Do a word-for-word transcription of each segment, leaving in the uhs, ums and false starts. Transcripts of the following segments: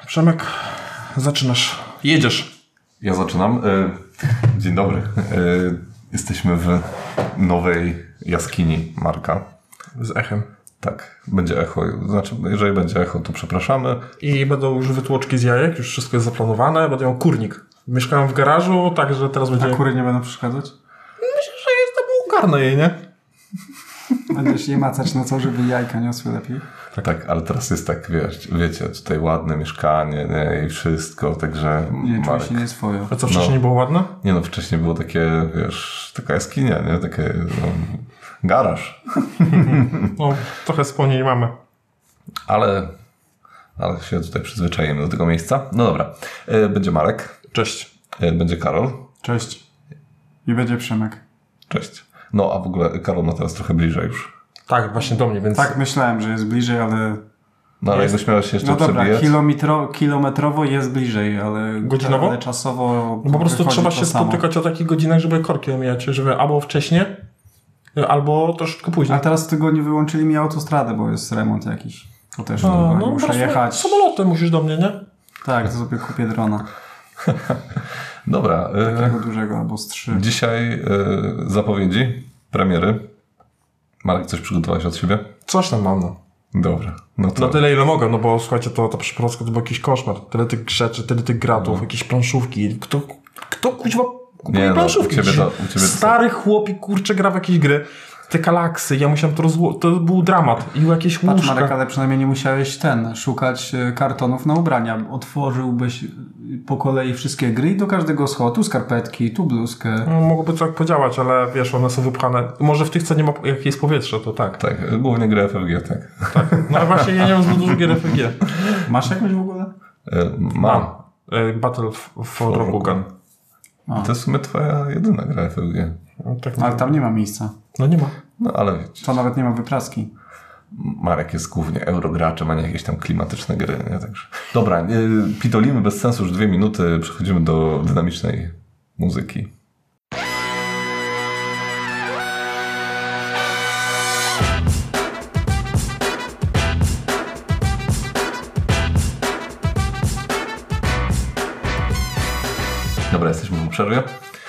Przemek, zaczynasz. Jedziesz. Ja zaczynam. Dzień dobry. Jesteśmy w nowej jaskini Marka. Z echem. Tak, będzie echo. Znaczy, jeżeli będzie echo, to przepraszamy. I będą już wytłoczki z jajek, już wszystko jest zaplanowane. Będę miał kurnik. Mieszkałem w garażu, także teraz będzie... A kury nie będą przeszkadzać? Myślę, że jest to ogarnę jej, nie? Będziesz je macać na co, żeby jajka niosły lepiej? Tak, tak, ale teraz jest tak, wiesz, wiecie, tutaj ładne mieszkanie, nie, i wszystko, także... Nie, czuję Marek... się nieswojo. A co, wcześniej no, było ładne? Nie no, wcześniej było takie, wiesz, taka jaskinia, nie? Takie, no, garaż. No, trochę wspomnień mamy. Ale, ale się tutaj przyzwyczajemy do tego miejsca. No dobra, będzie Marek. Cześć. Będzie Karol. Cześć. I będzie Przemek. Cześć. No, a w ogóle Karol ma teraz trochę bliżej już. Tak, właśnie do mnie, więc... Tak, myślałem, że jest bliżej, ale... No, ale jest... jakbyś miał się jeszcze No dobra, przebijać. kilometro, kilometrowo jest bliżej, ale... Godzinowo? Ale czasowo... No po prostu trzeba się samo. spotykać o takich godzinach, żeby korki omijać, żeby albo wcześniej, albo troszeczkę później. A teraz w tygodniu wyłączyli mi autostradę, bo jest remont jakiś. To też A, no, no, muszę jechać. Samolotem musisz do mnie, nie? Tak, to sobie kupię drona. Dobra. Takiego y- dużego, albo z trzy. dzisiaj y- zapowiedzi, premiery. Marek, coś przygotowałeś od siebie? Coś tam mam, no. Dobra. No to... Na tyle, ile mogę, no bo słuchajcie, to ta przeprowadzka to był jakiś koszmar. Tyle tych rzeczy, tyle tych gratów, no. jakieś planszówki. Kto, kto kuźwa kupuje Nie, no, planszówki? u ciebie to- u ciebie to- Stary chłopik, kurczę, gra w jakieś gry. Te kalaksy, ja musiałem to rozło... To był dramat. I jakieś Patrz łóżka. Marek, ale przynajmniej nie musiałeś ten, szukać e, kartonów na ubrania. Otworzyłbyś po kolei wszystkie gry i do każdego schodu, tu skarpetki, tu bluzkę. No, mogłoby tak podziałać, ale wiesz, one są wypchane. Może w tych, co nie ma, jak jest powietrze, to tak. Tak, głównie gry F F G, tak. tak. No ale właśnie ja nie mam zbyt dużo gier F P G. Masz jakąś w ogóle? Y- mam. E, Battle for Rokugan. To jest w sumie twoja jedyna gra F F G. No, tak, Ale tam nie ma miejsca. no nie ma. No ale wiecie. To nawet nie ma wypraski. Marek jest głównie eurograczem, a nie jakieś tam klimatyczne gry. Nie? Także... Dobra, yy, pitolimy bez sensu już dwie minuty. Przechodzimy do dynamicznej muzyki. Dobra, jesteśmy po przerwie.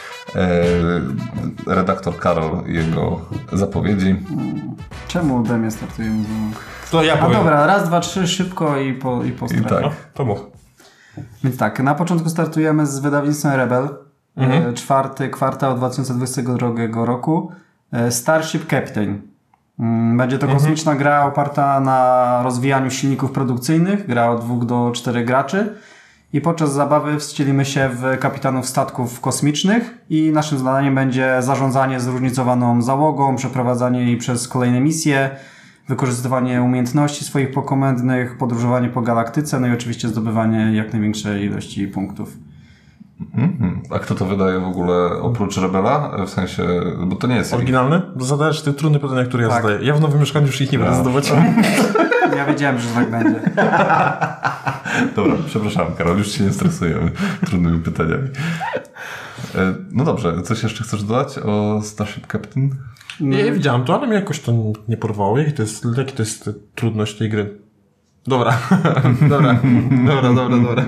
Yy, redaktor Karol i jego zapowiedzi. Czemu ode mnie startujemy znowu? To ja A powiem. dobra, raz, dwa, trzy, szybko i po, i po I strefie. tak. No, to mów. Więc tak, na początku startujemy z wydawnictwem Rebel. Mhm. E, czwarty kwartał dwa tysiące dwudziestego drugiego roku. E, Starship Captain. Mm, Będzie to kosmiczna gra oparta na rozwijaniu silników produkcyjnych. Gra od dwóch do czterech graczy. I podczas zabawy wcielimy się w kapitanów statków kosmicznych i naszym zadaniem będzie zarządzanie zróżnicowaną załogą, przeprowadzanie jej przez kolejne misje, wykorzystywanie umiejętności swoich pokomendnych, podróżowanie po galaktyce, no i oczywiście zdobywanie jak największej ilości punktów. Mhm. A kto to wydaje w ogóle oprócz Rebela? W sensie, bo to nie jest... Oryginalny? Bo zadajesz te trudne pytania, które ja Tak. zadaję. Ja w nowym mieszkaniu już ich nie będę Ja. zadawać. Ja wiedziałem, że tak będzie. Dobra, przepraszam Karol, już się nie stresujemy trudnymi pytaniami. E, No dobrze, coś jeszcze chcesz dodać o Starship Captain? Nie, ja widziałem to, ale mnie jakoś to nie porwało. Jaki to jest, jaki to jest trudność tej gry? Dobra. dobra, dobra, dobra, dobra.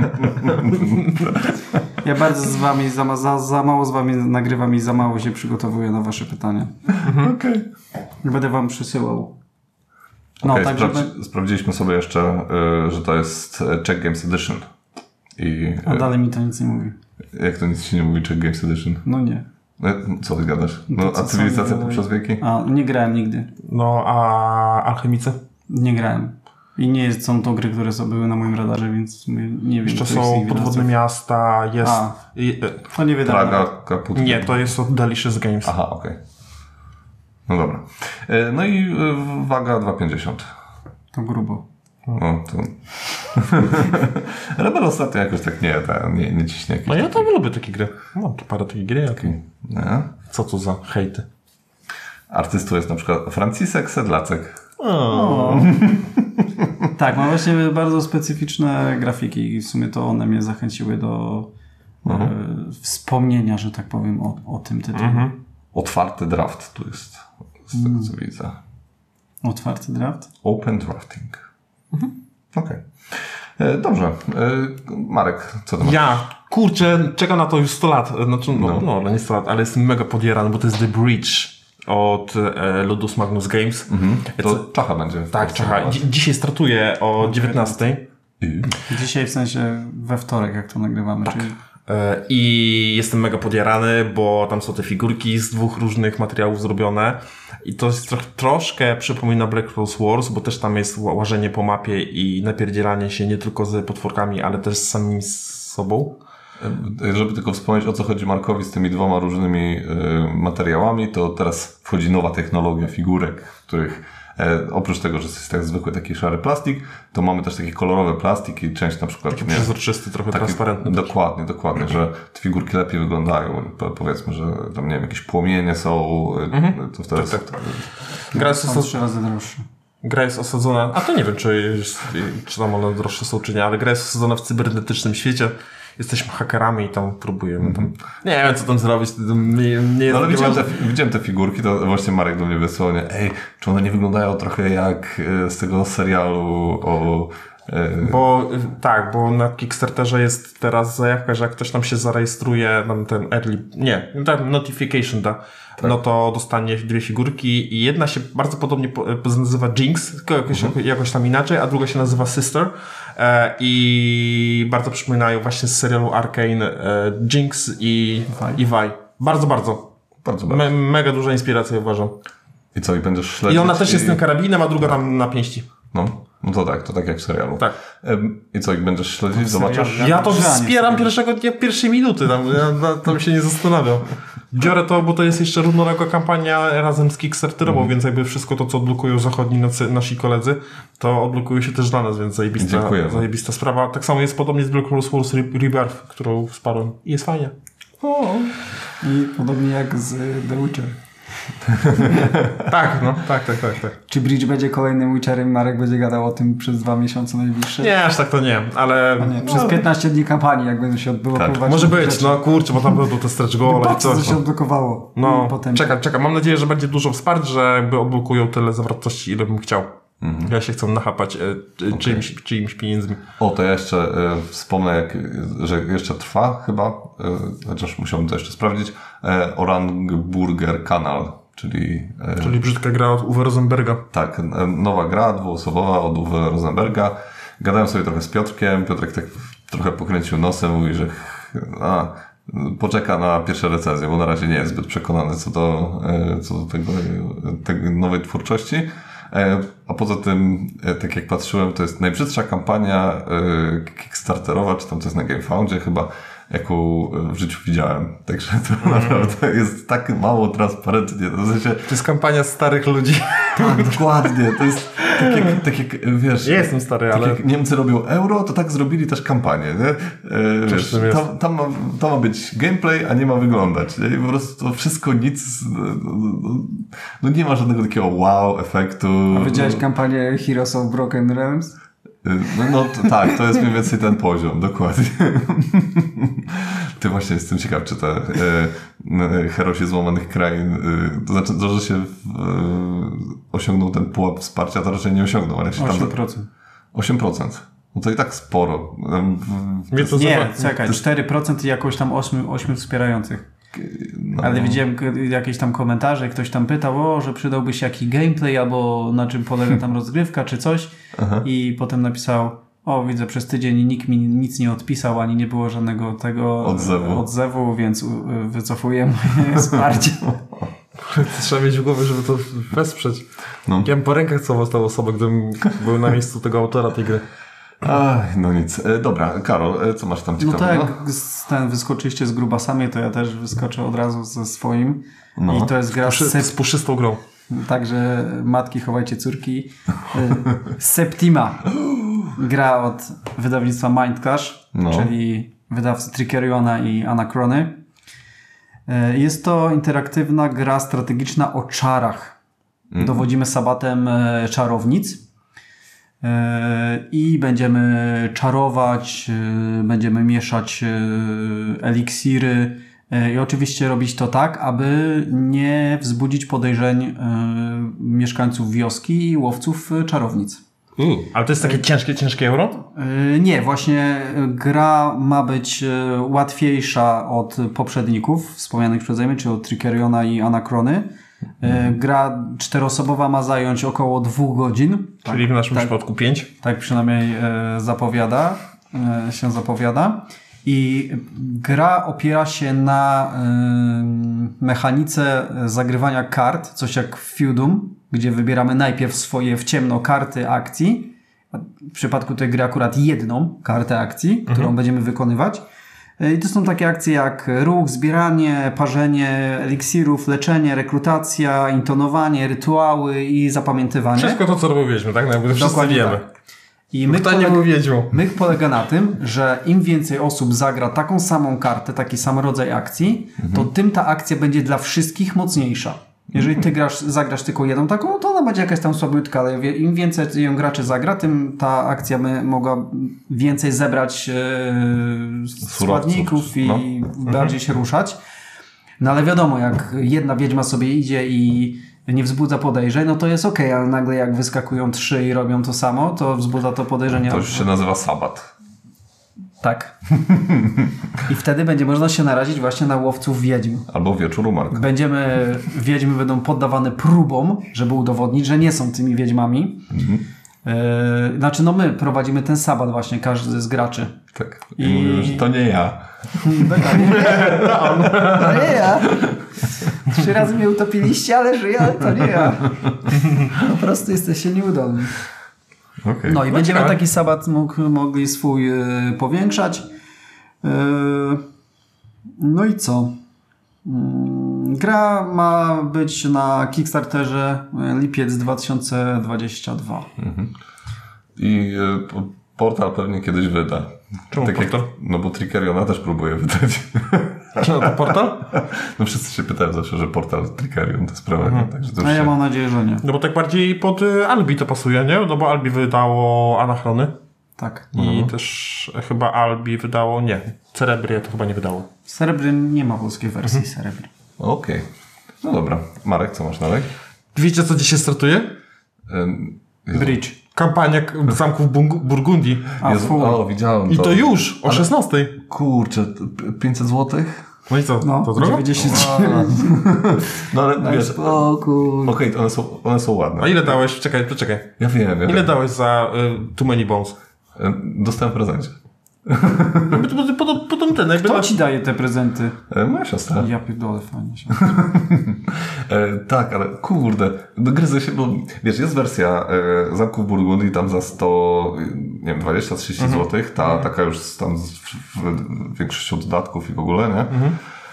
Ja bardzo z wami, za, za, za mało z wami nagrywam i za mało się przygotowuję na wasze pytania. Okej. Okay. Będę wam przysyłał. No, Okay, tak, sprawdzi- żeby... Sprawdziliśmy sobie jeszcze, y, że to jest Czech Games Edition. I A y, dalej mi to nic nie mówi. jak to nic ci nie mówi Czech Games Edition? No nie. E, Co ty gadasz? No, To a co cywilizacja sobie poprzez wieki? A, nie grałem nigdy. No, a Alchemicy? Nie grałem. I nie jest, są to gry, które są były na moim radarze, więc w sumie nie wiem. Jeszcze których z są nich podwodne wydawców. miasta, jest... A. I, e, To nie wydałem. Praga, Kaput. nie, to jest od Delicious Games. Aha, okej. Okay. No dobra. E, No i y, waga dwa pięćdziesiąt. To grubo. No to... Rebel ostatnio jakoś tak nie, ta, nie, nie ciśnie jakieś No ja takie- tam lubię takie gry. Mam tu parę takich gier. Jak... Nie? Co to za hejty? Artystą jest na przykład Franciszek Sedlacek. O. Tak, mam właśnie bardzo specyficzne grafiki i w sumie to one mnie zachęciły do Mhm. e, wspomnienia, że tak powiem, o, o tym tytule. Mhm. Otwarty draft tu jest, z tego co widzę. Otwarty draft? Open drafting. Mhm. Okej. E, dobrze. E, Marek, co to masz? Ja, kurczę, czekam na to już sto lat. Znaczy, no, No. no, no nie sto lat, ale jestem mega podjarany, bo to jest The Bridge od e, Ludus Magnus Games. Mhm. Ja To co- Czacha będzie. w Tak, Polsce czekaj. chyba. Dzi- dzisiaj startuje o dziewiętnastej. I- Dzisiaj w sensie we wtorek, jak to nagrywamy. Czyli E, I jestem mega podjarany, bo tam są te figurki z dwóch różnych materiałów zrobione i to jest troch, troszkę przypomina Black Rose Wars, bo też tam jest ła- łażenie po mapie i napierdzielanie się nie tylko z potworkami, ale też z samym sobą. E, Żeby tylko wspomnieć, o co chodzi Markowi z tymi dwoma różnymi y, materiałami, to teraz wchodzi nowa technologia figurek, w których e, oprócz tego, że jest tak zwykły taki szary plastik, to mamy też takie kolorowe plastiki, część na przykład... Taki nie, przezroczysty, trochę taki- transparentny. Dokładnie, dokładnie, że te figurki lepiej wyglądają. Po, powiedzmy, że tam, nie wiem, jakieś płomienie są, y, to wtedy... Tak, tak, Gra jest, są osad... trzy razy droższe. gra jest osadzona, a to nie wiem, czy, jest, czy tam one droższe są, czy nie, ale gra jest osadzona w cybernetycznym świecie. Jesteśmy hakerami i tam próbujemy tam... Nie wiem, co tam zrobić. Nie, nie No ale nie widziałem ma- te, widziałem te figurki, to właśnie Marek do mnie wysłał, nie? Ej, czy one nie wyglądają trochę jak e, z tego serialu o... E, Bo y, tak, bo na Kickstarterze jest teraz zajawka, że jak ktoś tam się zarejestruje, tam ten early, nie, tam notification da, no to dostanie dwie figurki i jedna się bardzo podobnie po, po, nazywa Jinx, tylko jakoś, jakoś tam inaczej, a druga się nazywa Sister e, i bardzo przypominają właśnie z serialu Arcane e, Jinx i Vi. i Vi. Bardzo, bardzo. bardzo bardzo. Me, mega duża inspiracja, uważam. I co, i będziesz śledzić? I ona też jest i... tym karabinem, a druga tam na pięści. No, no to tak, to tak jak w serialu. Tak. Em, I co, i będziesz śledzić, zobaczysz? serialu, Ja to Dobrze, a nie wspieram sobie. pierwszego dnia, pierwszej minuty, tam, ja na- tam się nie zastanawiam. Biorę to, bo to jest jeszcze równoległa kampania razem z Kickstarterową, Mhm. więc jakby wszystko to, co odblokują zachodni nocy, nasi koledzy, to odblokuje się też dla nas, więc zajebista, Dziękujemy. zajebista sprawa. Tak samo jest podobnie z Black Rose Wars Re- Rebirth, którą wsparłem i jest fajnie. O. I podobnie jak z The Witcher. Tak, no, tak, tak, tak, tak. Czy Bridge będzie kolejnym Witcherem? Marek będzie gadał o tym przez dwa miesiące najbliższe? Nie, aż tak to nie, ale... A nie, przez piętnaście dni kampanii, jak będą się odblokowywać. Tak, Może być, rzeczy. no kurczę, bo tam będą te stretch goale i Patrz, co coś. się odblokowało. No, I potem... czekam, czekam. Mam nadzieję, że będzie dużo wsparć, że jakby odblokują tyle zawartości, ile bym chciał. Mhm. Ja się chcę nachapać e, e, czyimś, czyimiś pieniędzmi. O, to ja jeszcze e, wspomnę, jak, że jeszcze trwa chyba, e, chociaż musiałbym to jeszcze sprawdzić, e, Orangburger Kanal, czyli... E, Czyli brzydka gra od Uwe Rosenberga. Tak, e, nowa gra dwuosobowa od Uwe Rosenberga. Gadałem sobie trochę z Piotrkiem. Piotrek tak trochę pokręcił nosem, mówi, że ch- a, poczeka na pierwsze recenzje, bo na razie nie jest zbyt przekonany co do, e, co do tego, e, tej nowej twórczości. E, A poza tym, e, tak jak patrzyłem, to jest najbrzydsza kampania e, Kickstarterowa, czy tam to jest na GameFoundzie chyba, jaką w życiu widziałem. Także to naprawdę jest tak mało transparentnie. W sensie, To jest kampania starych ludzi. tak, dokładnie. To jest tak jak, tak jak wiesz... Ja jestem stary, tak ale... jak Niemcy robią euro, to tak zrobili też kampanię, nie? E, wiesz, w tym jest. tam, tam, ma, tam ma być gameplay, a nie ma wyglądać. Nie? I po prostu to wszystko nic... No, no nie ma żadnego takiego wow efektu. A widziałeś kampanię Heroes of Broken Realms? No, no to, tak, to jest mniej więcej ten poziom, dokładnie. Ty właśnie jestem ciekaw, czy te e, e, herosi złamanych krain, e, to znaczy, to, że się e, osiągnął ten pułap wsparcia, to raczej nie osiągnął, ale się tam... osiem procent. osiem procent. No to i tak sporo. Em, w- Mnie to Nie, zobaczy- czekaj, cztery procent i jakoś tam osiem wspierających. No, Ale widziałem k- jakieś tam komentarze, ktoś tam pytał, o, że przydałby się jakiś gameplay, albo na czym polega tam rozgrywka, czy coś. Aha. I potem napisał, o, widzę, przez tydzień nikt mi nic nie odpisał, ani nie było żadnego tego Odzewu. odzewu, więc u- wycofuję moje wsparcie. Trzeba mieć w głowie, żeby to wesprzeć. No. Ja bym po rękach całował tę osobę, gdybym był na miejscu tego autora tej gry. Ach, no nic. E, dobra, Karol, e, co masz tam No ciekawego? tak, z- ten wyskoczyliście z grubasami, to ja też wyskoczę od razu ze swoim. No. I to jest gra Puszy, z z puszystą grą. Także matki, chowajcie córki. Y, Septima. Gra od wydawnictwa Mind Clash, No. czyli wydawcy Trickeriona i Anachrony. Y, Jest to interaktywna gra strategiczna o czarach. Mhm. Dowodzimy sabatem e, czarownic y, i będziemy czarować, y, będziemy mieszać y, eliksiry, i oczywiście robić to tak, aby nie wzbudzić podejrzeń y, mieszkańców wioski i łowców y, czarownic. Uh, ale to jest takie ciężkie, ciężkie euro? Yy, nie, właśnie gra ma być yy, łatwiejsza od poprzedników wspomnianych przeze mnie, czyli od Trickeriona i Anakrony. Yy, gra czteroosobowa ma zająć około dwóch godzin. Czyli w naszym tak, przypadku pięć. Tak przynajmniej yy, zapowiada, yy, się zapowiada. I gra opiera się na yy, mechanice zagrywania kart, coś jak w Feudum, gdzie wybieramy najpierw swoje w ciemno karty akcji. W przypadku tej gry akurat jedną kartę akcji, którą mhm. będziemy wykonywać. I to są takie akcje jak ruch, zbieranie, parzenie eliksirów, leczenie, rekrutacja, intonowanie, rytuały i zapamiętywanie. Wszystko to, co robiliśmy, tak? No, jakby wszyscy Dokładnie wiemy. Tak. I myk Kto nie polega, był wiedźmą. myk polega na tym, że im więcej osób zagra taką samą kartę, taki sam rodzaj akcji, mhm. to tym ta akcja będzie dla wszystkich mocniejsza. Jeżeli ty grasz, zagrasz tylko jedną taką, to ona będzie jakaś tam słabiutka, ale im więcej ją graczy zagra, tym ta akcja by mogła więcej zebrać e, składników i no. bardziej się ruszać. No ale wiadomo, jak jedna wiedźma sobie idzie i nie wzbudza podejrzeń, no to jest okej, okay, ale nagle jak wyskakują trzy i robią to samo, to wzbudza to podejrzenia. To już się nazywa sabat. Tak. I wtedy będzie można się narazić właśnie na łowców wiedźm. Albo wieczór umarłych. Będziemy, wiedźmy będą poddawane próbom, żeby udowodnić, że nie są tymi wiedźmami. Mhm. Yy, znaczy, no my prowadzimy ten sabat właśnie, każdy z graczy. Tak. I, I... mówią, że to nie ja. No nie, no, to nie ja. Trzy razy mnie utopiliście, ale żyję, ale to nie ja. Po prostu jesteście nieudolni. Okay. No i no będziemy ciekawe. Taki sabat mógł, mogli swój y, powiększać. Y, no i co? Y, gra ma być na Kickstarterze lipiec dwa tysiące dwudziesty drugi. Mhm. I y, portal pewnie kiedyś wyda. Czemu tak portal? Jak, no bo Trickeriona też próbuje wydać. No to portal? No wszyscy się pytają zawsze, że portal Trickerion to sprawa. Mhm. Także to A ja się... mam nadzieję, że nie. No bo tak bardziej pod Albi to pasuje, nie? No bo Albi wydało Anachrony. Tak. I mhm. też chyba Albi wydało, nie, Cerebry to chyba nie wydało. Cerebry nie ma polskiej wersji mhm. Cerebry. Okej. Okay. No dobra. Marek, co masz dalej? Wiecie, co dzisiaj startuje? Um, Bridge. Kampania zamków Burgundii. A, Jezu, o, widziałem to. I to już, o szesnastej. Kurczę, pięćset złotych? No i co, no, to drogo? dziewięćdziesiąt No ale wiesz, okej, okay, one, są, one są ładne. A ile dałeś? Czekaj, poczekaj. Ja wiem, ja Ile wiem. dałeś za y, Too Many Bones? Dostałem w prezencie. Po, po, po tą ten, jakby Kto na... ci daje te prezenty? Moja siostra. Ja pierdolę, fajnie się. e, tak, ale kurde, gryzę się, bo wiesz, jest wersja e, Zamków Burgundii tam za sto, nie wiem, dwadzieścia trzydzieści mhm. złotych, ta mhm. taka już z, tam z, w, w większością dodatków i w ogóle, nie? Mhm.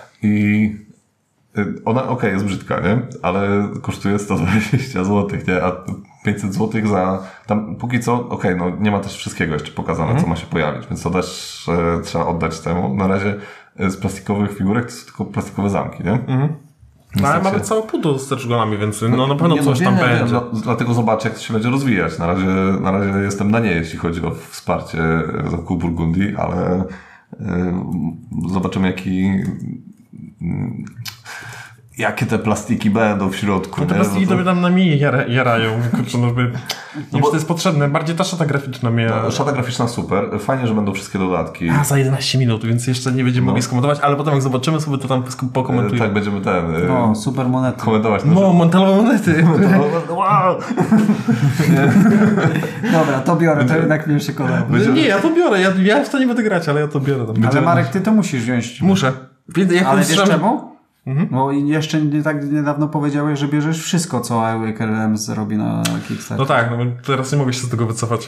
I ona, okej, okay, jest brzydka, nie? Ale kosztuje sto dwadzieścia złotych, nie? A pięćset złotych za... Tam póki co, okej, okay, no nie ma też wszystkiego jeszcze pokazane, mm. co ma się pojawić, więc to też e, trzeba oddać temu. Na razie z plastikowych figurek to są tylko plastikowe zamki, nie? Mm. No ale mamy całe pudeł z terczugolami, więc no na pewno nie, coś no, tam nie, będzie. No, dlatego zobaczę, jak to się będzie rozwijać. Na razie, na razie jestem na nie, jeśli chodzi o wsparcie Zamku Burgundii, ale y, zobaczymy, jaki... Y, jakie te plastiki będą w środku. No te plastiki to by tam na mi jara, jarają. Kurczę, no by... Nie no wiem, czy to jest potrzebne. Bardziej ta szata graficzna mnie... No, szata graficzna super. Fajnie, że będą wszystkie dodatki. A, za jedenaście minut, więc jeszcze nie będziemy no. mogli skomentować, ale potem jak zobaczymy sobie, to tam pokomentujemy. E, tak, będziemy ten... No, super monety. Komentować. No, metalowe monety. Wow. Dobra, to biorę, to jednak mi się koda. Będziemy... Nie, ja to biorę. Ja, ja w to nie będę grać, ale ja to biorę. Tam. Ale Marek, ty to musisz wziąć. Muszę. Jak ale wiesz czemu? Mhm. Bo jeszcze nie tak niedawno powiedziałeś, że bierzesz wszystko, co Awaker R M zrobi na Kickstarter. No tak, no teraz nie mogę się z tego wycofać.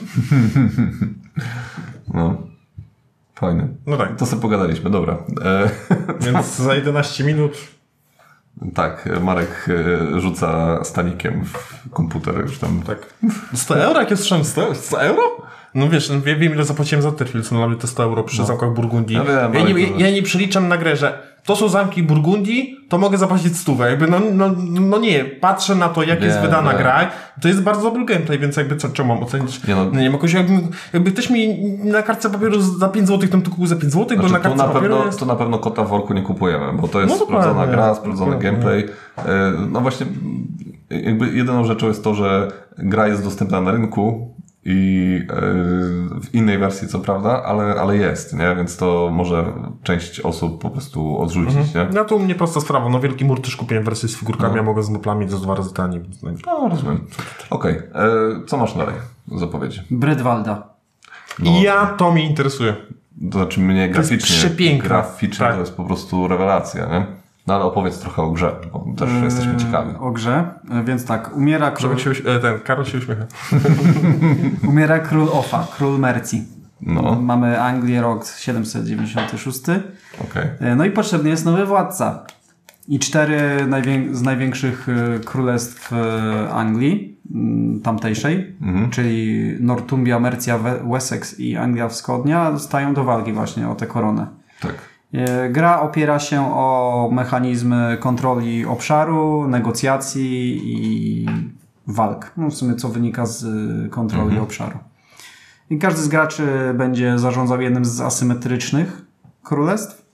No. Fajne. No tak. To sobie pogadaliśmy, dobra. E... Więc za jedenaście minut... Tak, Marek rzuca stanikiem w komputer już tam. Tak. sto euro? Jak jest słyszałem sto, sto euro? No wiesz, wiem, wiem ile zapłaciłem za Terfield, no dla mnie to sto euro przy no. zamkach Burgundii. Ja, wiem, ja, nie, ja nie przeliczam na grę, że to są zamki Burgundii, to mogę zapłacić stówę. Jakby no, no, no nie, patrzę na to, jak wiem, jest wydana wiem. gra, to jest bardzo dobry gameplay, więc jakby co, czemu mam ocenić? Nie, no. no nie wiem, jakoś jakby, jakby ktoś mi na kartce papieru za pięć złotych, tam to kupił za pięć złotych, znaczy, bo na kartce na papieru pewno, jest... To na pewno kota w worku nie kupujemy, bo to jest no, sprawdzona gra, sprawdzony gameplay. No właśnie, jakby jedyną rzeczą jest to, że gra jest dostępna na rynku I yy, w innej wersji co prawda, ale, ale jest, nie? Więc to może część osób po prostu odrzucić, mhm. nie? No to u mnie prosta sprawa. No Wielki Mur też kupiłem wersję z figurkami, no. Ja mogę z meplami to dwa razy taniej. No, rozumiem. Okej. Okay. Yy, co masz dalej do zapowiedzi? Brydwalda. No. I ja to mnie interesuje. To znaczy mnie graficznie. To jest przepiękne. Graficznie tak. To jest po prostu rewelacja, nie? No ale opowiedz trochę o grze, bo też yy, jesteśmy ciekawi. O grze, więc tak, umiera król... Się uś... Ten Karol się uśmiecha. Umiera król Offa, król Mercji. No. Mamy Anglię, rok siedemset dziewięćdziesiąty szósty. Okay. No i potrzebny jest nowy władca. I cztery najwię- z największych królestw Anglii tamtejszej, mhm. czyli Northumbria, Mercja, Wessex i Anglia Wschodnia, stają do walki właśnie o tę koronę. Tak. Gra opiera się o mechanizmy kontroli obszaru, negocjacji i walk. No w sumie co wynika z kontroli mhm. obszaru. I każdy z graczy będzie zarządzał jednym z asymetrycznych królestw.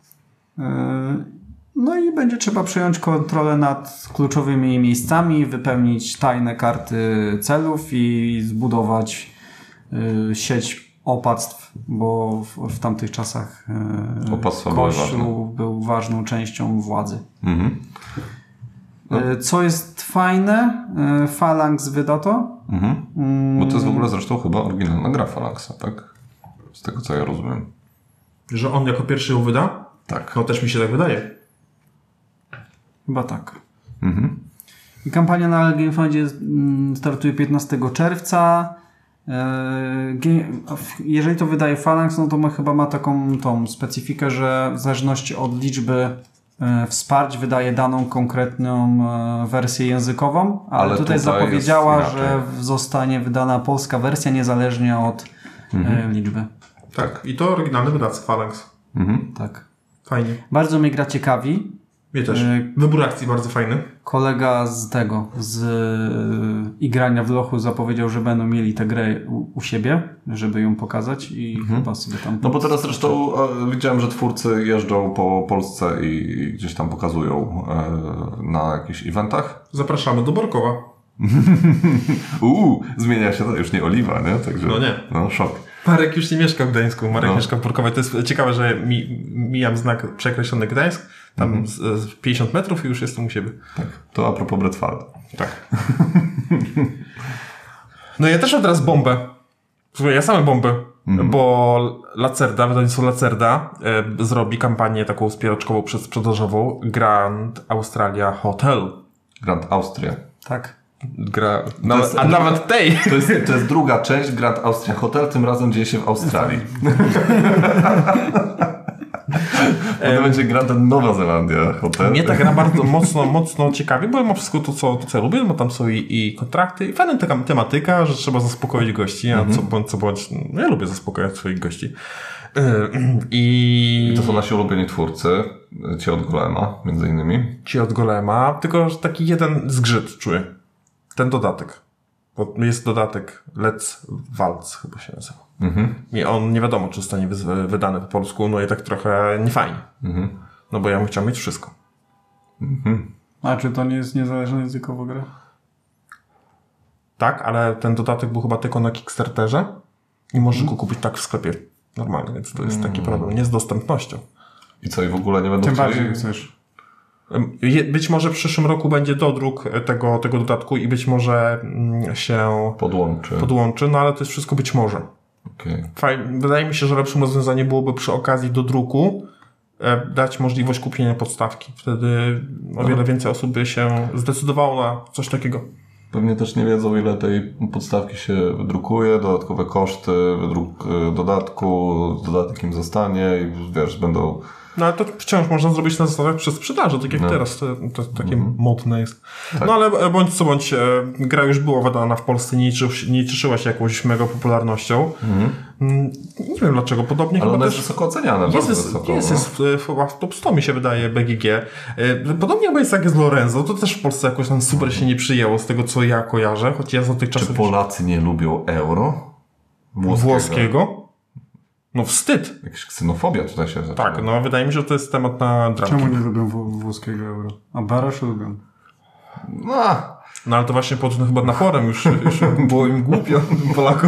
No i będzie trzeba przejąć kontrolę nad kluczowymi miejscami, wypełnić tajne karty celów i zbudować sieć opactw, bo w, w tamtych czasach Opactwa Kościół był ważną częścią władzy. Mhm. No. Co jest fajne, Phalanx wyda to. Mhm. Bo to jest w ogóle zresztą chyba oryginalna gra Phalanxa, tak? Z tego co ja rozumiem. Że on jako pierwszy ją wyda? Tak. No też mi się tak wydaje. Chyba tak. Mhm. Kampania na GameFundzie startuje piętnastego czerwca. Jeżeli to wydaje Phalanx, no to ma, chyba ma taką tą specyfikę, że w zależności od liczby wsparć wydaje daną konkretną wersję językową, ale, ale tutaj, tutaj zapowiedziała, że zostanie wydana polska wersja niezależnie od mhm. liczby. Tak, i to oryginalny wydawca Phalanx. Mhm. Tak. Fajnie. Bardzo mnie gra ciekawi. Mnie też. Wybór akcji bardzo fajny. Kolega z tego, z igrania w lochu zapowiedział, że będą mieli tę grę u, u siebie, żeby ją pokazać i mhm. chyba sobie tam... No bo teraz zresztą e, widziałem, że twórcy jeżdżą po Polsce i gdzieś tam pokazują e, na jakichś eventach. Zapraszamy do Borkowa. Uuu, zmienia się to już nie Oliwa, nie? Także, no nie. No szok. Marek już nie mieszka w Gdańsku, Marek no. mieszka w Borkowie. To jest ciekawe, że mi, mijam znak przekreślony Gdańsk, tam mhm. z, z pięćdziesiąt metrów i już jestem u siebie. Tak, to a propos Bredfalda. Tak. No ja też mam teraz bombę. Ja same bombę, mhm. bo Lacerda, wydawnictwo Lacerda e, zrobi kampanię taką wspieraczkową przedsprzedażową Grand Australia Hotel. Grand Austria. Tak. Gra, no, jest, a nawet tej. To jest, to jest druga część Grand Austria Hotel, tym razem dzieje się w Australii. To będzie Grand Nowa Zelandia Hotel. Mnie ta gra bardzo mocno, mocno ciekawi, bo ja mam wszystko to, co, to, co ja lubię, bo tam są i, i kontrakty, i fajna taka tematyka, że trzeba zaspokoić gości, a mm-hmm. co bądź, co bądź, no ja lubię zaspokojać swoich gości. I... I to są nasi ulubieni twórcy, ci od Golema, między innymi. Ci od Golema, tylko że taki jeden zgrzyt czuję. Ten dodatek. Bo jest dodatek Let's Waltz, chyba się nazywa. Mhm. I on nie wiadomo, czy zostanie wydany po polsku, no i tak trochę niefajnie. Mhm. No bo ja bym chciał mieć wszystko. Mhm. A czy to nie jest niezależna językowo gra? Tak, ale ten dodatek był chyba tylko na Kickstarterze i możesz mhm. go kupić tak w sklepie normalnie, więc to jest taki problem. Nie z dostępnością. I co, i w ogóle nie będą Tym chcieli... bardziej chcesz. Być może w przyszłym roku będzie dodruk tego, tego dodatku i być może się podłączy. podłączy, no ale to jest wszystko być może. Okay. Fajne. Wydaje mi się, że lepszym rozwiązaniem byłoby przy okazji dodruku dać możliwość kupienia podstawki. Wtedy o wiele więcej osób by się zdecydowało na coś takiego. Pewnie też nie wiedzą, ile tej podstawki się wydrukuje, dodatkowe koszty, wydruk dodatku, dodatek im zostanie i wiesz, będą... No ale to wciąż można zrobić na zasadach przez sprzedaży, tak jak no. teraz, to, to takie mm. modne jest. Tak. No ale bądź co bądź, e, gra już była wydana w Polsce, nie, ciszy, nie cieszyła się jakąś mega popularnością. Mm. Nie wiem dlaczego, podobnie ale chyba ona też... jest wysoko oceniana, jest, bardzo jest, wysoko. Jest, jest, jest chyba w top sto mi się wydaje B G G. E, podobnie chyba jest jak z Lorenzo, to też w Polsce jakoś tam super się nie przyjęło z tego, co ja kojarzę, choć ja za tych czasów... Czy Polacy nie lubią euro? Włoskiego? Włoskiego? No wstyd. Jakaś ksenofobia tutaj się zaczyna. Tak, no wydaje mi się, że to jest temat na dramę. Czemu nie lubią włoskiego euro? A Barasz lubią. No, No ale to właśnie pod no, chyba naporem już, już było im głupio, tym Polakom.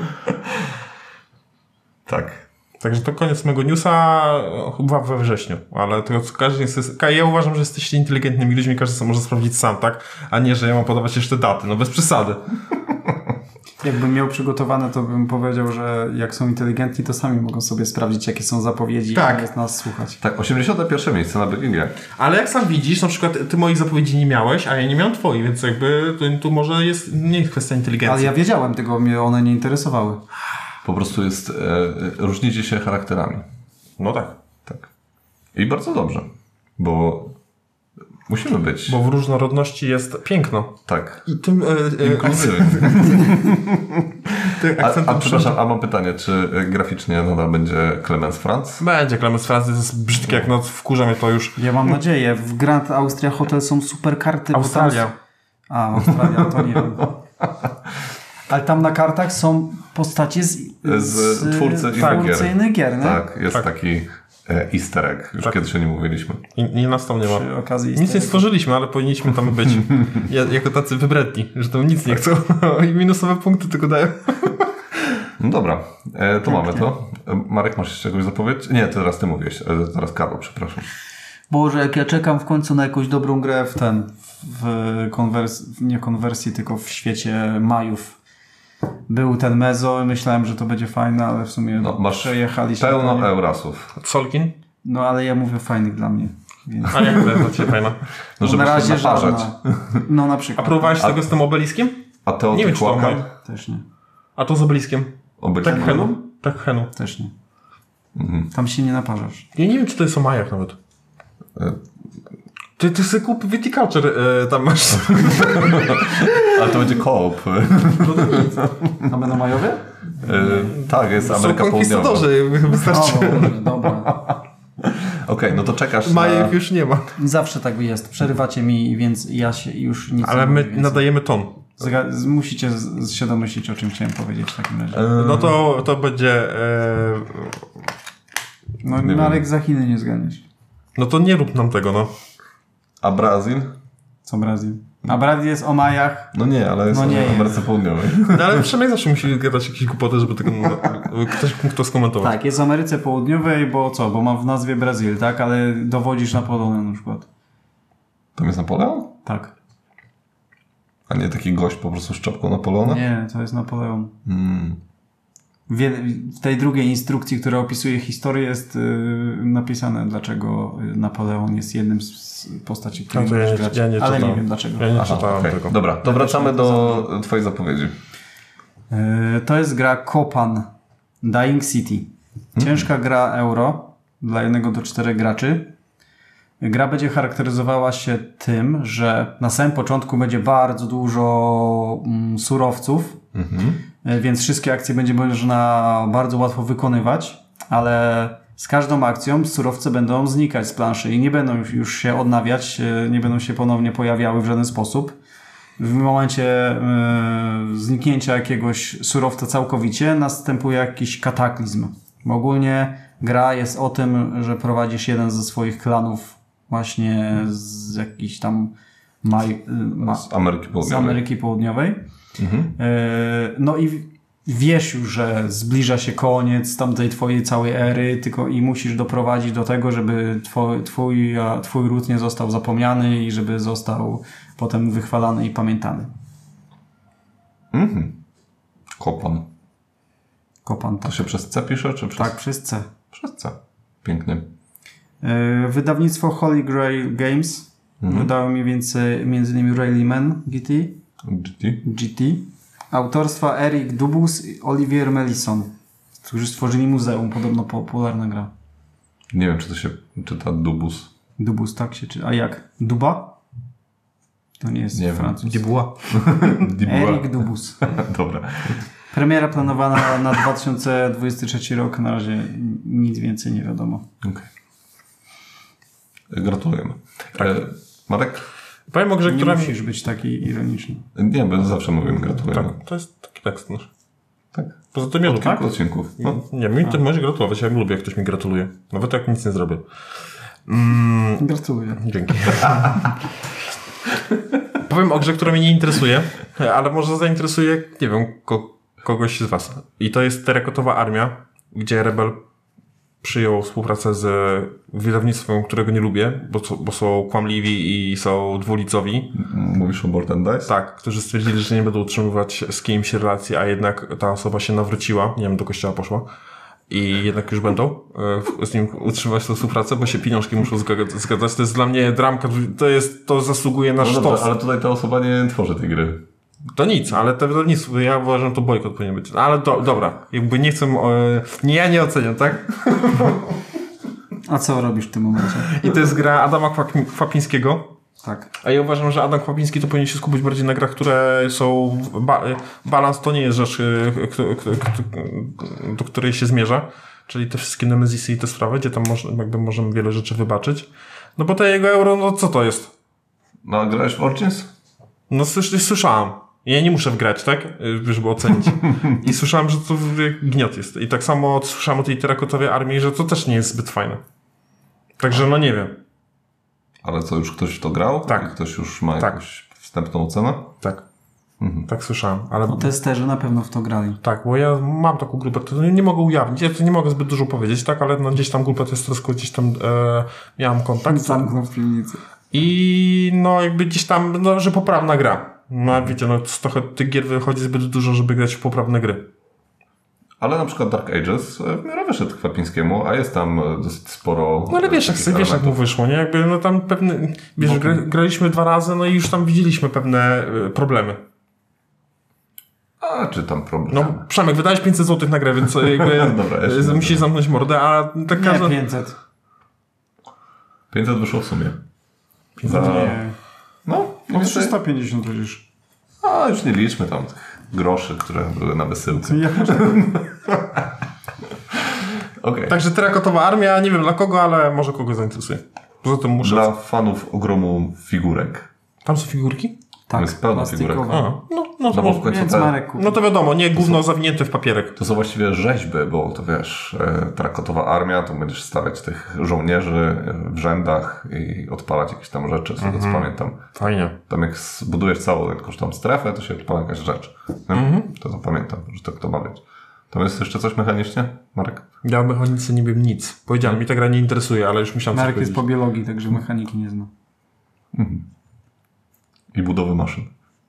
tak. Także to koniec mego newsa, chyba we wrześniu, ale to każdy jest, ja uważam, że jesteście inteligentnymi ludźmi, każdy sobie może sprawdzić sam, tak? A nie, że ja mam podawać jeszcze daty, no bez przesady. Jakbym miał przygotowane, to bym powiedział, że jak są inteligentni, to sami mogą sobie sprawdzić, jakie są zapowiedzi, Tak. a jest nas słuchać. Tak, osiemdziesiąte pierwsze miejsce na B G G. Ale jak sam widzisz, na przykład ty moich zapowiedzi nie miałeś, a ja nie miałem twoich, więc jakby tu, tu może jest nie jest kwestia inteligencji. Ale ja wiedziałem, tylko mnie one nie interesowały. Po prostu jest, e, różnicie się charakterami. No tak. Tak. I bardzo dobrze, bo musimy być. Bo w różnorodności jest piękno. Tak. I tym, e, e, Inkluzywnie. tym A, akcentem a przepraszam, a mam pytanie, czy graficznie nadal będzie Clemens Franz? Będzie, Clemens Franz jest brzydki jak noc, wkurza mnie to już. Ja mam nadzieję. W Grand Austria Hotel są super karty. bo tam Australia. s- A, Australia, to nie wiem. Ale tam na kartach są postacie z, Z twórcy innych twórcy gier. innych gier, nie? Tak, jest Tak. taki e, easter egg. Już Tak. kiedyś o nim mówiliśmy. I, i nas tam nie ma. Przy okazji Nic nie istnieje. stworzyliśmy, ale powinniśmy tam być. Ja, jako tacy wybredni, że tam nic nie chcą. I minusowe punkty tylko dają. No dobra, e, to mamy to. E, Marek, masz jeszcze czegoś zapowiedzieć? Nie, to teraz ty mówiłeś. E, teraz Karol, przepraszam. Boże, jak ja czekam w końcu na jakąś dobrą grę w ten, w konwers- nie konwersji, tylko w świecie Majów. Był ten Mezo, myślałem, że to będzie fajne, ale w sumie No, masz przejechaliśmy. pełno to. Eurasów. Solkin? No ale ja mówię fajnych dla mnie. Więc... A jak to jest dla ciebie fajna? No, żeby na się razie naparzać. żadna. No na A przykład. próbowałeś tego z tym obeliskiem? A to Nie wiem, czy to Teotihuacan? ma- Też nie. A to z obeliskiem? Obecnie. Tak Henu? Tak Henu. Też nie. Mhm. Tam się nie naparzasz. Ja nie wiem, czy to jest o Majach nawet. E, Ty, ty sobie kup Viticulture, e, tam masz. Ale to będzie koop. A będą Majowie? E, tak, jest Są Ameryka Południowa. konkwistadorzy, wystarczy. O, dobrze, dobra. Okej, no to czekasz na... Majek już nie ma. Zawsze tak jest. Przerywacie mi, więc ja się już nic Ale nie my mówię więcej. nadajemy ton. Zga- z- musicie z- z- się domyślić, o czym chciałem powiedzieć w takim razie. No to, to będzie... E, No nie Marek za Chiny nie zganiesz. no to nie rób nam tego, no. A Brazil? Co Brazil? A Brazil jest o Majach. No nie, ale jest No nie w Ameryce Południowej. No ale przynajmniej zawsze musi gadać jakieś głupoty, żeby tego no, ktoś mógł to skomentować. Tak, jest w Ameryce Południowej, bo co? Bo ma w nazwie Brazil, tak? Ale dowodzisz Napoleonem na przykład. Tam jest Napoleon? Tak. A nie taki gość po prostu z czapką Napoleona? Nie, to jest Napoleon. Hmm. W, jed- w tej drugiej instrukcji, która opisuje historię, jest yy, napisane, dlaczego Napoleon jest jednym z, z postaci, które No to ja możesz nie- grać. ja nie Ale nie czytałem. wiem dlaczego. Ja nie Aha, czytałem okej. tego. Dobra, to wracamy do twojej zapowiedzi. Yy, to jest gra Kopan Dying City. Ciężka gra euro dla jednego do czterech graczy. Gra będzie charakteryzowała się tym, że na samym początku będzie bardzo dużo mm, surowców, Mhm. yy, więc wszystkie akcje będzie można bardzo łatwo wykonywać, ale z każdą akcją surowce będą znikać z planszy i nie będą już, już się odnawiać, yy, nie będą się ponownie pojawiały w żaden sposób. W momencie y, zniknięcia jakiegoś surowca całkowicie następuje jakiś kataklizm. Ogólnie gra jest o tym, że prowadzisz jeden ze swoich klanów właśnie z jakichś tam maj, y, ma, Z Ameryki z Południowej. Ameryki Południowej. Mhm. Y, no i wiesz już, że zbliża się koniec tamtej twojej całej ery, tylko i musisz doprowadzić do tego, żeby twój, twój, a, twój ród nie został zapomniany i żeby został potem wychwalany i pamiętany. Mhm. Kopan. Kopan, To tak. się przez C pisze, czy przez... Tak, przez C. Przez C. Pięknie. Yy, wydawnictwo Holy Grail Games wydało mniej więcej między innymi Rallyman G T, G T. G T. Autorstwa Eric Dubus i Olivier Melisson, którzy stworzyli muzeum, podobno popularna gra. Nie wiem, czy to się czyta Dubus. Dubus, tak się czy... A jak? Duba? To nie jest Nie wiem. Francuz. Gdzie była? Eric Dubus. Dobra. Premiera planowana na dwa tysiące dwudziesty trzeci rok. Na razie nic więcej nie wiadomo. Okej. Gratulujemy. E, Marek? Powiem może, Nie która mi... musisz być taki ironiczny. Nie, bo zawsze mówimy gratulujemy. Tak, to jest taki tekst nasz. Tak. Poza tym ja lubię. Kilku odcinków. No. Nie, mi to możesz gratulować, ja lubię, jak ktoś mi gratuluje. Nawet jak nic nie zrobię. Mm, Gratuluję. dzięki. Powiem o grze, która mnie nie interesuje, ale może zainteresuje, nie wiem, ko- kogoś z was. I to jest Terrakotowa Armia, gdzie Rebel przyjął współpracę z wydawnictwem, którego nie lubię, bo, co, bo są kłamliwi i są dwulicowi. Mówisz o Board and Dice? Tak, którzy stwierdzili, że nie będą utrzymywać z kimś relacji, a jednak ta osoba się nawróciła, nie wiem, do kościoła poszła. I jednak już będą e, z nim utrzymywać tę współpracę, bo się pieniążki muszą zgadzać. zgadzać. To jest dla mnie dramka, to jest, to zasługuje na No sztos. dobrze, ale tutaj ta osoba nie tworzy tej gry. To nic, ale to, to nic, ja uważam, że to bojkot powinien być. Ale do, dobra, jakby nie chcę, e, nie ja nie oceniam, tak? A co robisz w tym momencie? I to jest gra Adama Kwak- Kwapińskiego. Tak. A ja uważam, że Adam Kwapiński to powinien się skupić bardziej na grach, które są... Ba- balans to nie jest rzecz, y, k- k- k- do której się zmierza. Czyli te wszystkie Nemezisy i te sprawy, gdzie tam moż, jakby możemy wiele rzeczy wybaczyć. No bo te jego euro, no co to jest? No, a grałeś w Origins? No słysz, słyszałam. Ja nie muszę wgrać, tak? Y, Żeby ocenić. I słyszałam, że to gniot jest. I tak samo słyszałam o tej Terrakotowej Armii, że to też nie jest zbyt fajne. Także no nie wiem. Ale co, już ktoś w to grał? Tak. I ktoś już ma Tak. jakąś wstępną ocenę? Tak. Mhm. Tak słyszałem. Ale No testerzy na pewno w to grali. tak, bo ja mam taką grupę, to nie mogę ujawnić, ja to nie mogę zbyt dużo powiedzieć, tak, ale no gdzieś tam grupę testorską, gdzieś tam e, miałem kontakt. Zamknął w piwnicy. I no jakby gdzieś tam, no, że poprawna gra. No a wiecie, no trochę tych gier wychodzi zbyt dużo, żeby grać w poprawne gry. Ale na przykład Dark Ages e, w miarę wyszedł Kwapińskiemu, a jest tam e, dosyć sporo... No ale wiesz, jak, takich wiesz jak mu elementów. wyszło, nie? Jakby no tam pewne, wiesz, gra, graliśmy dwa razy, no i już tam widzieliśmy pewne e, problemy. A, czy tam problem? No Przemek, wydałeś pięćset złotych na grę, więc jakby Dobra, jeszcze e, nie musisz zamknąć mordę, a tak Nie, każda... pięćset. pięćset wyszło w sumie. Za... Nie. No, No mniej więcej. trzysta pięćdziesiąt przecież. A, już nie liczmy tam tych groszy, które były na wysyłce. Ja Okej. Także Terrakotowa Armia, nie wiem dla kogo, ale może kogoś zainteresuje. Poza tym muszę... Dla fanów ogromu figurek. Tam są figurki? tak, jest pełno plastikowe. figurek. A, no, no, No to, bo w końcu Więc te, Marek kupił. no to wiadomo, nie gówno zawinięte w papierek. to są właściwie rzeźby, bo to wiesz, e, Terrakotowa Armia, to będziesz stawiać tych żołnierzy e, w rzędach i odpalać jakieś tam rzeczy, z tego co pamiętam. Fajnie. Tam jak zbudujesz całą jakąś tam strefę, to się odpala jakaś rzecz. Nie? To, to pamiętam, że tak to ma być. Tam jest jeszcze coś mechanicznie, Marek? Ja o mechanice nie wiem nic. Powiedziałem, mi ta gra nie interesuje, ale już musiałem Marek coś jest po powiedzieć. biologii, także mechaniki nie zna. I budowy maszyn.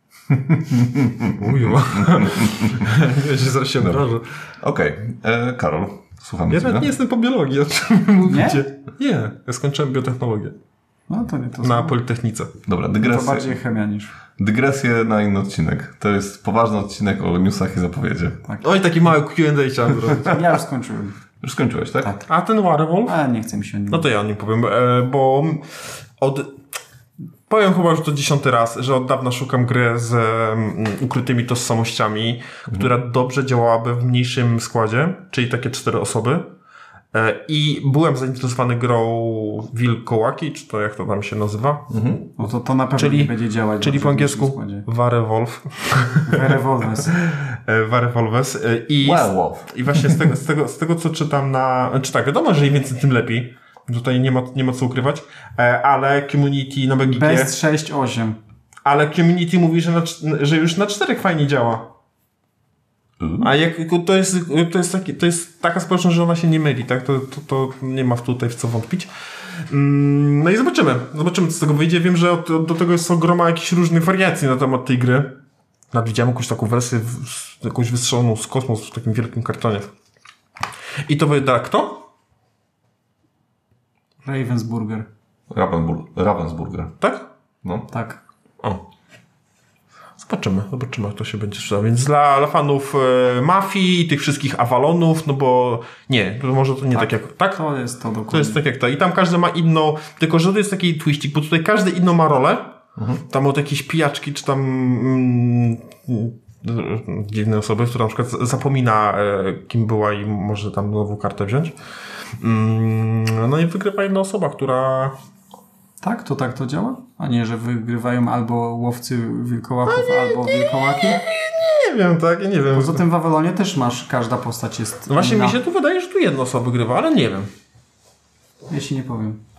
Uju. Ja się zaraz się obrażę. Okej, e, Karol, słuchamy Ja ciebie. nawet nie jestem po biologii, o czym mówicie. Nie? Ja skończyłem biotechnologię No to nie to na samo. Politechnice. Dobra, To dygresja. bardziej chemia niż... Dygresję na inny odcinek. To jest poważny odcinek o newsach i zapowiedzi. Oj, taki mały Q and A chciałem zrobić. Ja już skończyłem. Już skończyłeś, tak? Tak. A ten Warewolf? Ale nie chce mi się o nim. No to ja o nim powiem, e, bo od... Powiem chyba już to dziesiąty raz, że od dawna szukam gry z um, ukrytymi tożsamościami, mhm. która dobrze działałaby w mniejszym składzie, czyli takie cztery osoby. E, I byłem zainteresowany grą Wilkołaki, czy to jak to tam się nazywa? Mhm. No to, to na pewno Czyli- nie będzie działać. Czyli dobrze po w angielsku naszym składzie. Warewolf. Werewolves. E, Warewolves. E, I, Werewolf. I właśnie z tego, z, tego, z tego, co czytam na... Czy tak, wiadomo, że im więcej, tym lepiej. Tutaj nie ma, nie ma co ukrywać. E, ale community na B G G... Best sześć osiem. Ale community mówi, że, na, cz- że już na czterech fajnie działa. A jak to jest, to jest, taki, to jest taka społeczność, że ona się nie myli, tak? To, to, to nie ma tutaj w co wątpić. Mm, no i zobaczymy. Zobaczymy, co z tego wyjdzie. Wiem, że od, do tego jest ogroma jakichś różnych wariacji na temat tej gry. Nawet widziałem jakąś taką wersję, w, z- jakąś wystrzeloną z kosmosu w takim wielkim kartonie. I to wyda kto? Ravensburger. Ravensburg, Ravensburger. Tak? No. Tak. O. Zobaczymy, zobaczymy, jak to się będzie sprzedało. Więc dla, dla fanów e, Mafii, tych wszystkich Avalonów, no bo nie, to może to nie tak, tak jak... Tak? To jest to dokładnie. To jest tak jak to. I tam każdy ma inną, tylko że to jest taki twistik, bo tutaj każdy inną ma rolę. Mhm. Tam od jakiejś pijaczki, czy tam mm, mm, dziwnej osoby, która na przykład zapomina, e, kim była i może tam nową kartę wziąć. Mm, no i wygrywa jedna osoba, która... Tak? To tak to działa? A nie, że wygrywają albo łowcy wilkołaków, albo wilkołaki? Nie wiem, tak? Ja nie wiem. Poza tym w Awelonie też masz, każda postać jest No właśnie inna. mi się tu wydaje, że tu jedna osoba wygrywa, ale nie wiem. Ja ci nie powiem.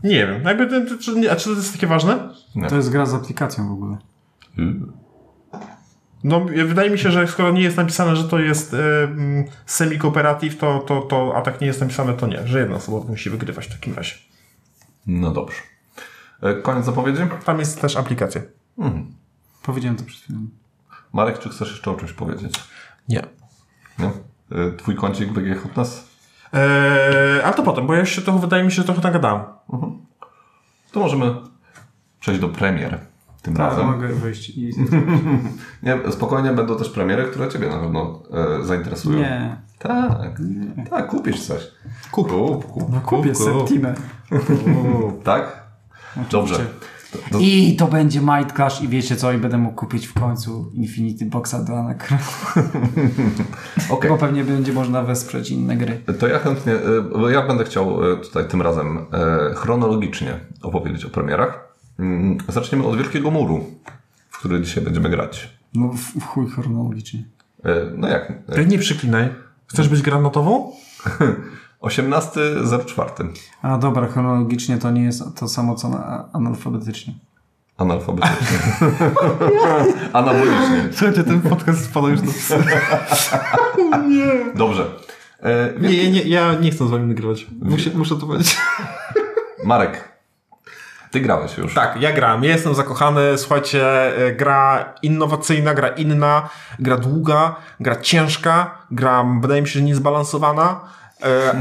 Nie wiem, jakby, to, czy, a czy to jest takie ważne? Nie. To jest gra z aplikacją w ogóle. Hmm. No, wydaje mi się, że skoro nie jest napisane, że to jest y, semi-cooperative, to, to, to, a tak nie jest napisane, to nie, że jedna osoba musi wygrywać w takim razie. No dobrze. E, Koniec zapowiedzi? Tam jest też aplikacja. Mhm. Powiedziałem to przed chwilą. Marek, czy chcesz jeszcze o czymś powiedzieć? Nie. Nie? E, Twój kącik B G Hotness? Eee, ale to potem, bo ja jeszcze to wydaje mi się, że trochę nagadałem. Mhm. To możemy przejść do premier tym Tak, razem. mogę wyjść i... Nie, spokojnie, będą też premiery, które Ciebie na pewno e, zainteresują. Nie. Tak, nie. Tak, kupisz coś. Kup, kup, kup. No kupię Septimę. Tak? Dobrze. To, to, I to będzie Might Clash i wiecie co? I będę mógł kupić w końcu Infinity Boxa do Anacron. okay. Bo pewnie będzie można wesprzeć inne gry. To ja chętnie, e, bo ja będę chciał e, tutaj tym razem e, chronologicznie opowiedzieć o premierach. Mm, Zaczniemy od Wielkiego Muru, w który dzisiaj będziemy grać. No w, w chuj chronologicznie. E, No jak? Tak nie przyklinaj. Chcesz być granatową? osiemnastego zero czwartego. A dobra, chronologicznie to nie jest to samo co na, analfabetycznie. Analfabetycznie. Anabolicznie. Słuchajcie, ten podcast spada już do psy. Nie. Dobrze. E, Nie, nie, ja nie chcę z wami nagrywać. Muszę, muszę to powiedzieć. Marek, ty grałeś już. Tak, ja gram. Ja jestem zakochany. Słuchajcie, gra innowacyjna, gra inna, gra długa, gra ciężka, gra, wydaje mi się, że niezbalansowana. E,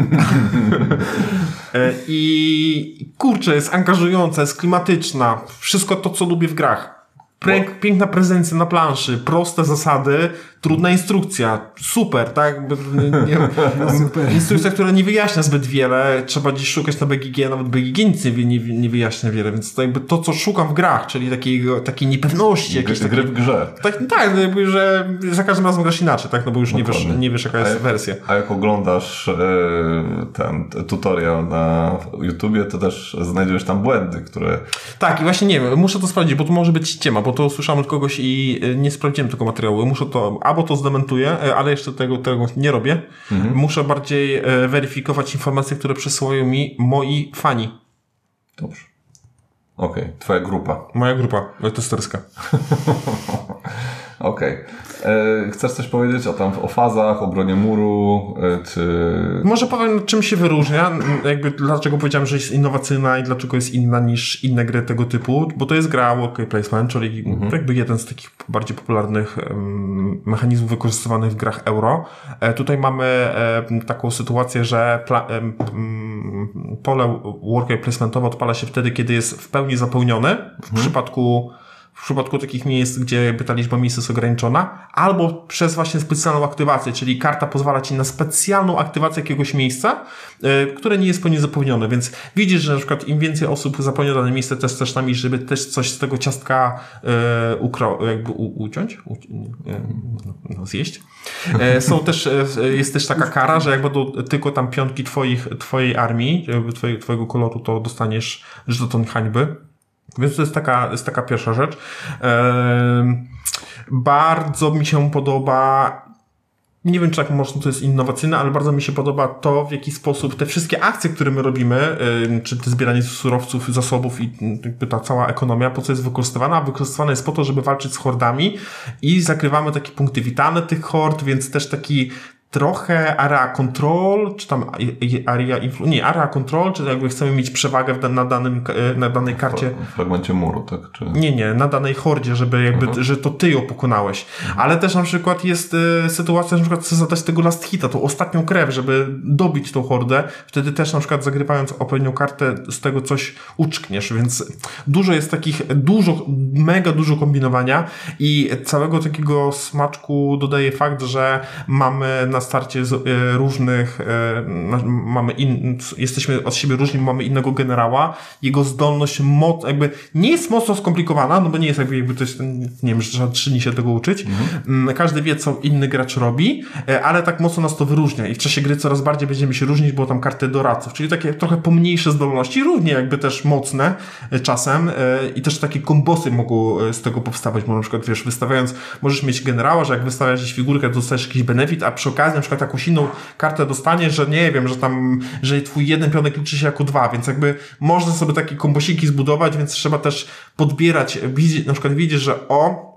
e, I kurczę, jest angażująca, jest klimatyczna. Wszystko to, co lubię w grach. Pięk, piękna prezencja na planszy, proste zasady, trudna instrukcja. Super, tak? Nie, Super. Instrukcja, która nie wyjaśnia zbyt wiele. Trzeba gdzieś szukać na B G G, nawet B G G nic nie, nie, nie wyjaśnia wiele, więc to jakby to, co szukam w grach, czyli takiego, takiej niepewności. Jakiejś Gry takiej, w grze. tak, tak, jakby, że za każdym razem grasz inaczej, tak? No bo już nie wiesz, Dokładnie. nie wiesz, jaka jest A jak- wersja. A jak oglądasz e, ten tutorial na YouTubie, to też znajdziesz tam błędy, które... Tak, i właśnie nie wiem, muszę to sprawdzić, bo to może być ściema, bo to usłyszałem od kogoś i y, nie sprawdziłem tego materiału. Muszę to, albo to zdementuję, y, ale jeszcze tego, tego nie robię. Mhm. Muszę bardziej y, weryfikować informacje, które przesyłają mi moi fani. Dobrze. Okej, twoja grupa. Moja grupa testerska. Okej. E, Chcesz coś powiedzieć o tam o fazach, o bronie muru, e, czy... Może powiem, czym się wyróżnia, m, jakby dlaczego powiedziałem, że jest innowacyjna i dlaczego jest inna niż inne gry tego typu, bo to jest gra worker placement, czyli Mhm. jakby jeden z takich bardziej popularnych em, mechanizmów wykorzystywanych w grach euro. E, tutaj mamy e, taką sytuację, że pla, em, m, pole worker placementowe odpala się wtedy, kiedy jest w pełni zapełnione. W Mhm. przypadku W przypadku takich miejsc, gdzie jakby ta liczba miejsc jest ograniczona, albo przez właśnie specjalną aktywację, czyli karta pozwala ci na specjalną aktywację jakiegoś miejsca, yy, które nie jest pełnie zapełnione, więc widzisz, że na przykład im więcej osób zapełnia dane miejsce też też nami, żeby też coś z tego ciastka yy, ukro- jakby u- uciąć, u- nie, no, no, zjeść. Yy, są też, yy, jest też taka kara, że jak będą tylko tam piątki twoich, twojej armii, jakby twoje, twojego koloru, to dostaniesz żeton hańby. Więc to jest taka, jest taka pierwsza rzecz. Ehm, bardzo mi się podoba, nie wiem, czy tak mocno to jest innowacyjne, ale bardzo mi się podoba to, w jaki sposób te wszystkie akcje, które my robimy, ym, czy to zbieranie surowców, zasobów i jakby ta cała ekonomia, po co jest wykorzystywana? Wykorzystywana jest po to, żeby walczyć z hordami i zakrywamy takie punkty witalne tych hord, więc też taki trochę area control, czy tam area influ... nie, area control, czy jakby chcemy mieć przewagę w da- na, danym, na danej karcie. W fragmencie muru, tak? Czy... Nie, nie, na danej hordzie, żeby jakby, Mhm. że to ty ją pokonałeś. Ale też na przykład jest y, sytuacja, że na przykład chcesz zadać tego last hita, tą ostatnią krew, żeby dobić tą hordę. Wtedy też na przykład zagrywając odpowiednią kartę z tego coś uczkniesz, więc dużo jest takich, dużo, mega dużo kombinowania i całego takiego smaczku dodaje fakt, że mamy na starcie z, y, różnych, y, mamy in, jesteśmy od siebie różni, mamy innego generała. Jego zdolność moc, jakby nie jest mocno skomplikowana, no bo nie jest jakby, jakby to jest, nie wiem, że trzeba trzy dni się tego uczyć. Mhm. Każdy wie, co inny gracz robi, ale tak mocno nas to wyróżnia i w czasie gry coraz bardziej będziemy się różnić, bo tam karty doradców, czyli takie trochę pomniejsze zdolności, równie jakby też mocne czasem i też takie kombosy mogą z tego powstawać, bo na przykład, wiesz, wystawiając, możesz mieć generała, że jak wystawiasz gdzieś figurkę, to dostajesz jakiś benefit, a przy okazji na przykład jakąś inną kartę dostanie, że nie wiem, że tam, że twój jeden pionek liczy się jako dwa, więc jakby można sobie takie kombosiki zbudować, więc trzeba też podbierać, na przykład widzisz, że o,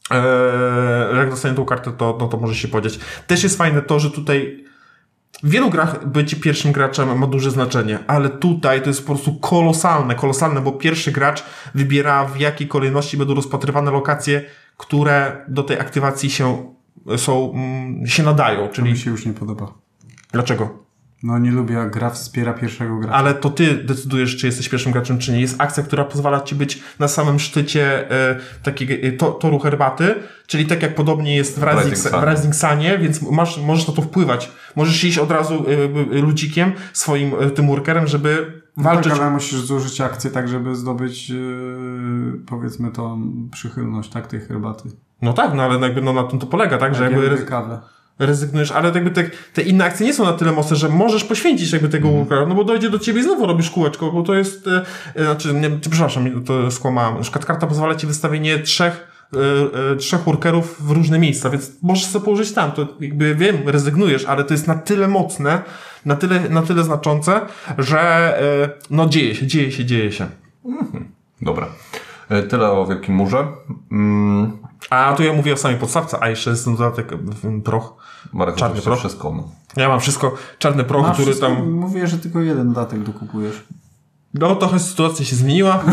Eee, jak dostanie tą kartę, to, no to może się podziać. Też jest fajne to, że tutaj w wielu grach bycie pierwszym graczem ma duże znaczenie, ale tutaj to jest po prostu kolosalne, kolosalne, bo pierwszy gracz wybiera, w jakiej kolejności będą rozpatrywane lokacje, które do tej aktywacji się, są, mm, się nadają, To czyli... mi się już nie podoba. Dlaczego? No nie lubię, jak gra wspiera pierwszego gracza. Ale to ty decydujesz, czy jesteś pierwszym graczem, czy nie. Jest akcja, która pozwala ci być na samym szczycie e, takiego e, to, toru herbaty, czyli tak jak podobnie jest w Rising, Rising Sun. w Rising Sunie, więc masz, możesz na to wpływać. Możesz iść od razu e, e, ludzikiem, swoim e, tym workerem, żeby walczyć. Tak, ale musisz zużyć akcję tak, żeby zdobyć yy, powiedzmy tą przychylność, tak, tej herbaty. No tak, no ale jakby no, na tym to polega, tak, że Jak jakby ja rez- lubię kawę. rezygnujesz, ale jakby te, te inne akcje nie są na tyle mocne, że możesz poświęcić jakby tego Mhm. workera, no bo dojdzie do ciebie i znowu robisz kółeczko, bo to jest, e, e, znaczy, nie, przepraszam, to skłamałem. Na przykład karta pozwala ci wystawienie trzech e, e, trzech workerów w różne miejsca, więc możesz sobie położyć tam, to jakby wiem, rezygnujesz, ale to jest na tyle mocne, na tyle, na tyle znaczące, że e, no dzieje się, dzieje się, dzieje się. Dobra. E, Tyle o Wielkim Murze. Mm, A tu ja mówię o samej podstawce, a jeszcze jest ten dodatek w- proch. Marek, Czarny oczywiście proch. wszystko. No. Ja mam wszystko, czarny proch, Masz który wszystko, tam... Mówię, że tylko jeden dodatek dokupujesz. No trochę sytuacja się zmieniła.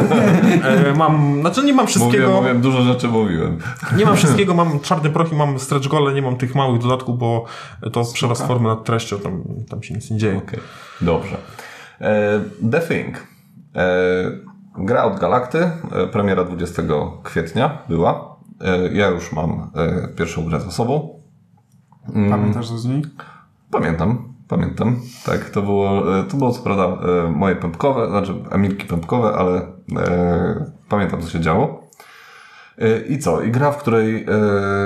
e, mam, znaczy nie mam wszystkiego. Mówiłem, mówiłem, dużo rzeczy mówiłem. Nie mam wszystkiego, mam czarny proch i mam stretch gole, nie mam tych małych dodatków, bo to przerost formy nad treścią, tam, tam się nic nie dzieje. Okej, dobrze. E, The Thing. E, gra od Galakty. E, premiera dwudziestego kwietnia była. E, ja już mam e, pierwszą grę za sobą. Pamiętasz co z niej? Pamiętam, pamiętam. Tak, to było, e, to było co prawda e, moje pępkowe, znaczy Emilki pępkowe, ale e, pamiętam co się działo. E, I co? I gra, w której e,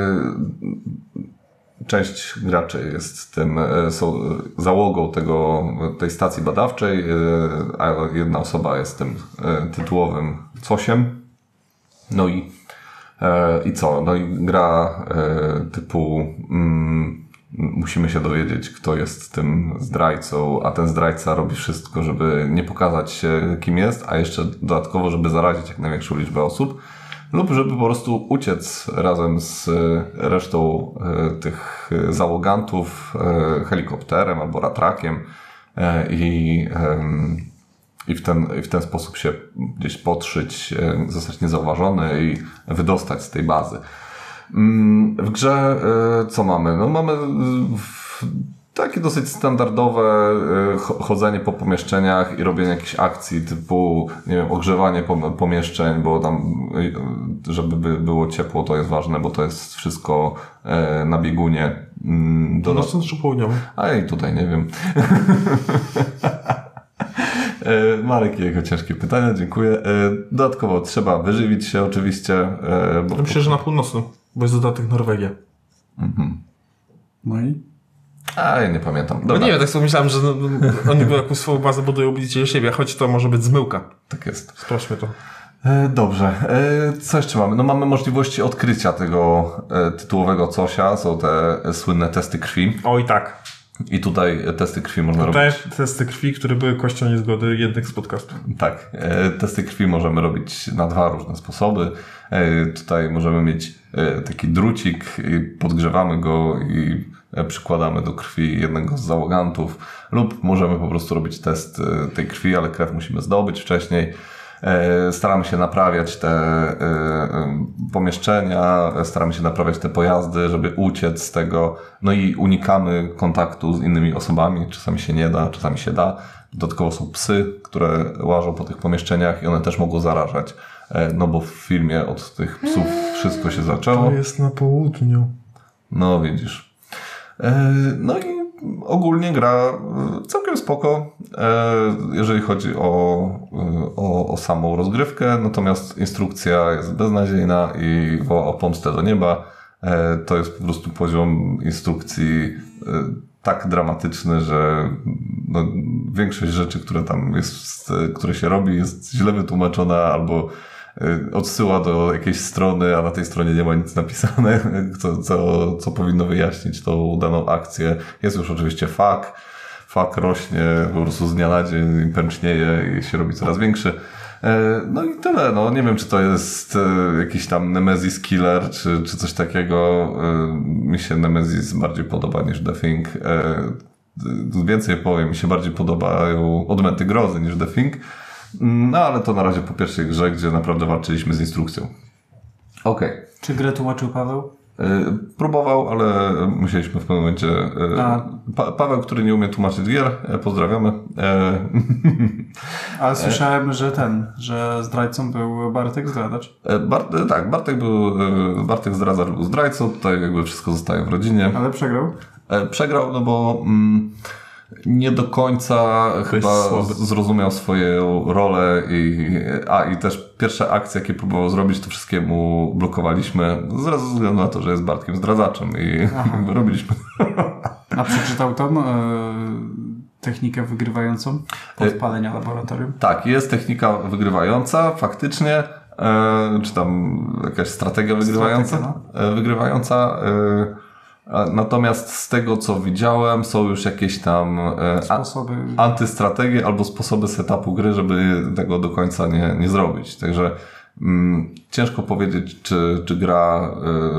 część graczy jest tym, e, są załogą tego, tej stacji badawczej, e, a jedna osoba jest tym e, tytułowym cosiem. No i, e, i co? No i gra e, typu mm, musimy się dowiedzieć, kto jest tym zdrajcą, a ten zdrajca robi wszystko, żeby nie pokazać się, kim jest, a jeszcze dodatkowo, żeby zarazić jak największą liczbę osób. Lub żeby po prostu uciec razem z resztą e, tych załogantów e, helikopterem albo ratrakiem e, i, e, i, w ten, i w ten sposób się gdzieś podszyć, e, zostać niezauważony i wydostać z tej bazy. Mm, w grze e, co mamy? No mamy w, takie dosyć standardowe e, chodzenie po pomieszczeniach i robienie jakichś akcji typu, nie wiem, ogrzewanie pomieszczeń, bo tam, e, żeby by było ciepło, to jest ważne, bo to jest wszystko e, na biegunie. Mm, To do na centrum południowym. A i tutaj nie wiem. E, Marek i jego ciężkie pytania, dziękuję. E, Dodatkowo trzeba wyżywić się oczywiście. e, Bo Ja myślę, że na północnym, bo jest dodatek Norwegia. No i? A ja nie pamiętam. No Dobra, nie wiem, tak sobie myślałem, że no, no, oni jakąś swoją bazę budują bliżej siebie, choć to może być zmyłka. tak jest. Sprawdźmy to. E, Dobrze. E, Co jeszcze mamy? No mamy możliwości odkrycia tego e, tytułowego cosia. Są te słynne testy krwi. Oj tak. I tutaj testy krwi można Tutaj robić. testy krwi, które były kością niezgody jednych z podcastów. Tak. E, Testy krwi możemy robić na dwa różne sposoby. E, Tutaj możemy mieć e, taki drucik, i podgrzewamy go i e, przykładamy do krwi jednego z załogantów. Lub możemy po prostu robić test e, tej krwi, ale krew musimy zdobyć wcześniej. E, Staramy się naprawiać te e, e, pomieszczenia, e, staramy się naprawiać te pojazdy, żeby uciec z tego, no i unikamy kontaktu z innymi osobami, czasami się nie da, czasami się da. Dodatkowo są psy, które łażą po tych pomieszczeniach i one też mogą zarażać, e, no bo w filmie od tych psów wszystko się zaczęło. To jest na południu. No widzisz. E, No i ogólnie gra e, całkiem spoko, e, jeżeli chodzi o, e, o, o samą rozgrywkę, natomiast instrukcja jest beznadziejna i woła o pomstę do nieba. E, To jest po prostu poziom instrukcji e, tak dramatyczny, że no, większość rzeczy, które tam jest, które się robi, jest źle wytłumaczona albo odsyła do jakiejś strony, a na tej stronie nie ma nic napisane, co, co, co powinno wyjaśnić tą daną akcję. Jest już oczywiście fak. Fak rośnie po prostu z dnia na dzień, pęcznieje i się robi coraz większy. No i tyle. No, nie wiem, czy to jest jakiś tam Nemesis Killer, czy, czy coś takiego. Mi się Nemesis bardziej podoba niż The Thing. Więcej powiem, mi się bardziej podobają Odmęty Grozy niż The Thing. No ale to na razie po pierwszej grze, gdzie naprawdę walczyliśmy z instrukcją. Okej. Okay. Czy grę tłumaczył Paweł? Próbował, ale musieliśmy w pewnym momencie... Pa- Paweł, który nie umie tłumaczyć gier, pozdrawiamy. Ale słyszałem, że ten, że zdrajcą był Bartek Zdradacz. Bart- tak, Bartek był, Bartek Zdradzacz był zdrajcą, tutaj jakby wszystko zostaje w rodzinie. Ale przegrał? Przegrał, no bo mm, nie do końca chyba słaby. zrozumiał swoją rolę i, a i też pierwsze akcje, jakie próbował zrobić, to wszystkie mu blokowaliśmy ze względu na to, że jest Bartkiem zdradzaczem i robiliśmy. A przeczytał tą e, technikę wygrywającą podpalenia laboratorium? Tak, jest technika wygrywająca, faktycznie, e, czy tam jakaś strategia wygrywająca, Strategia, no. wygrywająca e, natomiast z tego, co widziałem, są już jakieś tam e, Sposoby. a, antystrategie albo sposoby setupu gry, żeby tego do końca nie, nie zrobić. Także mm, ciężko powiedzieć, czy, czy gra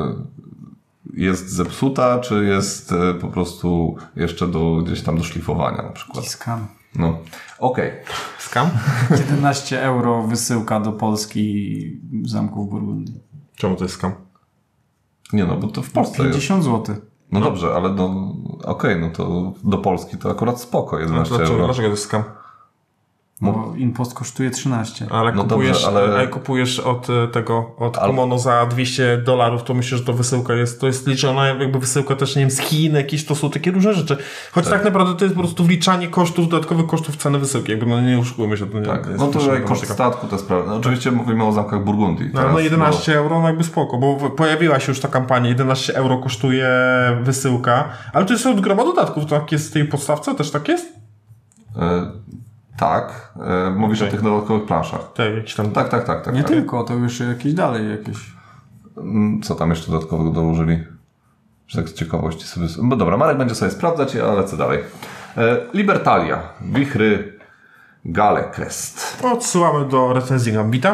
y, jest zepsuta, czy jest y, po prostu jeszcze do, gdzieś tam do szlifowania na przykład. Skam. No, okej. Okay. Skam? jedenaście euro wysyłka do Polski zamków Burgundii. Czemu to jest skam? Nie no, bo to w Polsce pięćdziesiąt złotych. No, no dobrze, ale no okej, okay, no to do Polski to akurat spoko, jedenaście no, euro. Dlaczego to jest skam? Bo impost kosztuje trzynaście. Ale no kupujesz, dobrze, ale... ale kupujesz od tego, od ale... Komono za dwieście dolarów, to myślisz, że to wysyłka jest, to jest liczona jakby wysyłka też, nie wiem, z Chin, jakieś, to są takie różne rzeczy. Choć tak, tak naprawdę to jest po prostu wliczanie kosztów, dodatkowych kosztów ceny wysyłki, jakby no nie oszukujmy się. To nie, tak, jest no to jak koszt taka... statku to jest prawda. No, oczywiście mówimy o zamkach Burgundii. No, no jedenaście euro, no jakby spoko, bo pojawiła się już ta kampania, jedenaście euro kosztuje wysyłka, ale to jest od groma dodatków, tak jest w tej podstawce, też tak jest? E, tak, e, mówisz okay. o tych dodatkowych planszach. Tak, jakiś tam... Tak, tak, tak. tak nie tak. tylko, to już jakieś dalej jakieś. Co tam jeszcze dodatkowych dołożyli? Że tak z ciekawości sobie... No dobra, Marek będzie sobie sprawdzać, ja lecę dalej. E, Libertalia, Wichry, Galacrest. Odsyłamy do recenzji Gambita.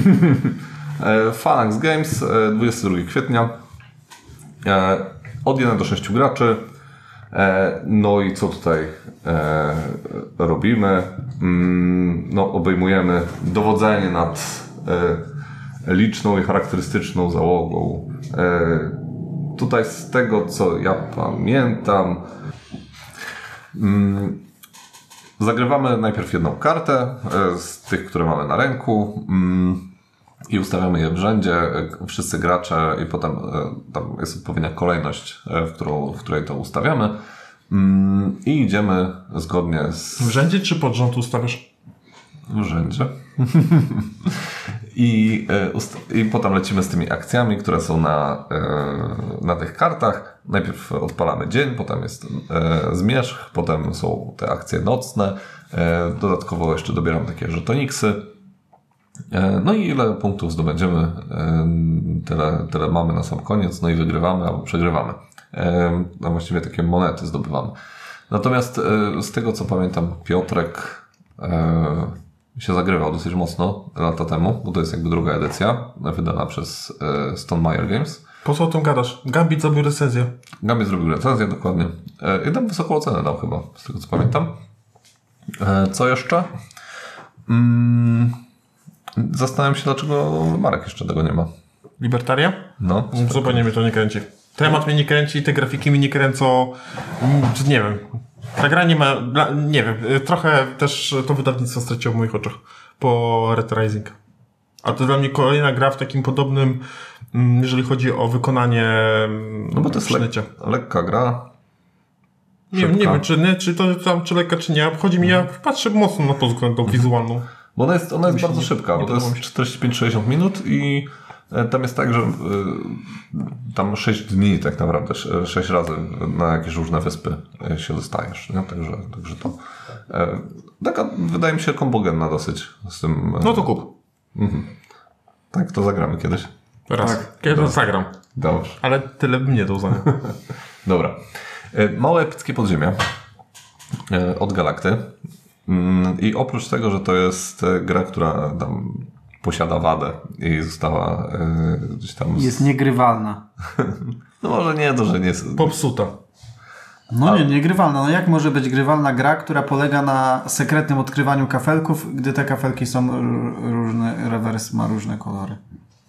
e, Phalanx Games, e, dwudziestego drugiego kwietnia. E, od jeden do sześciu graczy. E, no i co tutaj e, robimy? Mm, no, obejmujemy dowodzenie nad e, liczną i charakterystyczną załogą. E, tutaj z tego, co ja pamiętam, mm, zagrywamy najpierw jedną kartę e, z tych, które mamy na ręku. Mm, I ustawiamy je w rzędzie, wszyscy gracze i potem tam jest odpowiednia kolejność, w, którą, w której to ustawiamy i idziemy zgodnie z... W rzędzie czy pod rząd ustawiasz? W rzędzie. I, I potem lecimy z tymi akcjami, które są na, na tych kartach. Najpierw odpalamy dzień, potem jest zmierzch, potem są te akcje nocne. Dodatkowo jeszcze dobieram takie żetoniksy. No i ile punktów zdobędziemy, tyle, tyle mamy na sam koniec, no i wygrywamy albo przegrywamy. No właściwie takie monety zdobywamy. Natomiast z tego, co pamiętam, Piotrek się zagrywał dosyć mocno lata temu, bo to jest jakby druga edycja, wydana przez Stonemaier Games. Po co o tym gadasz? Gambit zrobił recenzję. Gambit zrobił recenzję, dokładnie. I tam wysoką cenę dał chyba, z tego co pamiętam. Co jeszcze? Mm... Zastanawiam się, dlaczego Marek jeszcze tego nie ma. Libertaria? No. Zupełnie mnie to nie kręci. Temat mnie nie kręci, te grafiki mnie nie kręcą. Nie wiem. Ta gra nie ma... Nie wiem. Trochę też to wydawnictwo straciło w moich oczach po Red Rising. A to dla mnie kolejna gra w takim podobnym, jeżeli chodzi o wykonanie. No bo to jest le- lekka gra. Nie wiem, nie wiem, czy, nie, czy to tam, czy lekka, czy nie. Chodzi mi, ja patrzę mocno na pod względem wizualną. Bo ona jest, ona jest bardzo nie, szybka, nie bo to jest czterdzieści pięć do sześćdziesięciu minut i tam jest tak, że y, tam sześć dni tak naprawdę, sześć razy na jakieś różne wyspy się dostajesz. Nie? Także, także to e, taka wydaje mi się kombogenna dosyć z tym. No to kup. Mhm. Tak, to zagramy kiedyś. Raz. Tak. Kiedy to zagram. Dobrze. Ale tyle mnie do uznania. Dobra. E, Małe epickie podziemia e, od Galakty. Mm, I oprócz tego, że to jest e, gra, która tam posiada wadę i została e, gdzieś tam... Z... Jest niegrywalna. No może nie, to, że nie jest... Popsuta. No nie, niegrywalna. No jak może być grywalna gra, która polega na sekretnym odkrywaniu kafelków, gdy te kafelki są r- różne, rewers ma różne kolory.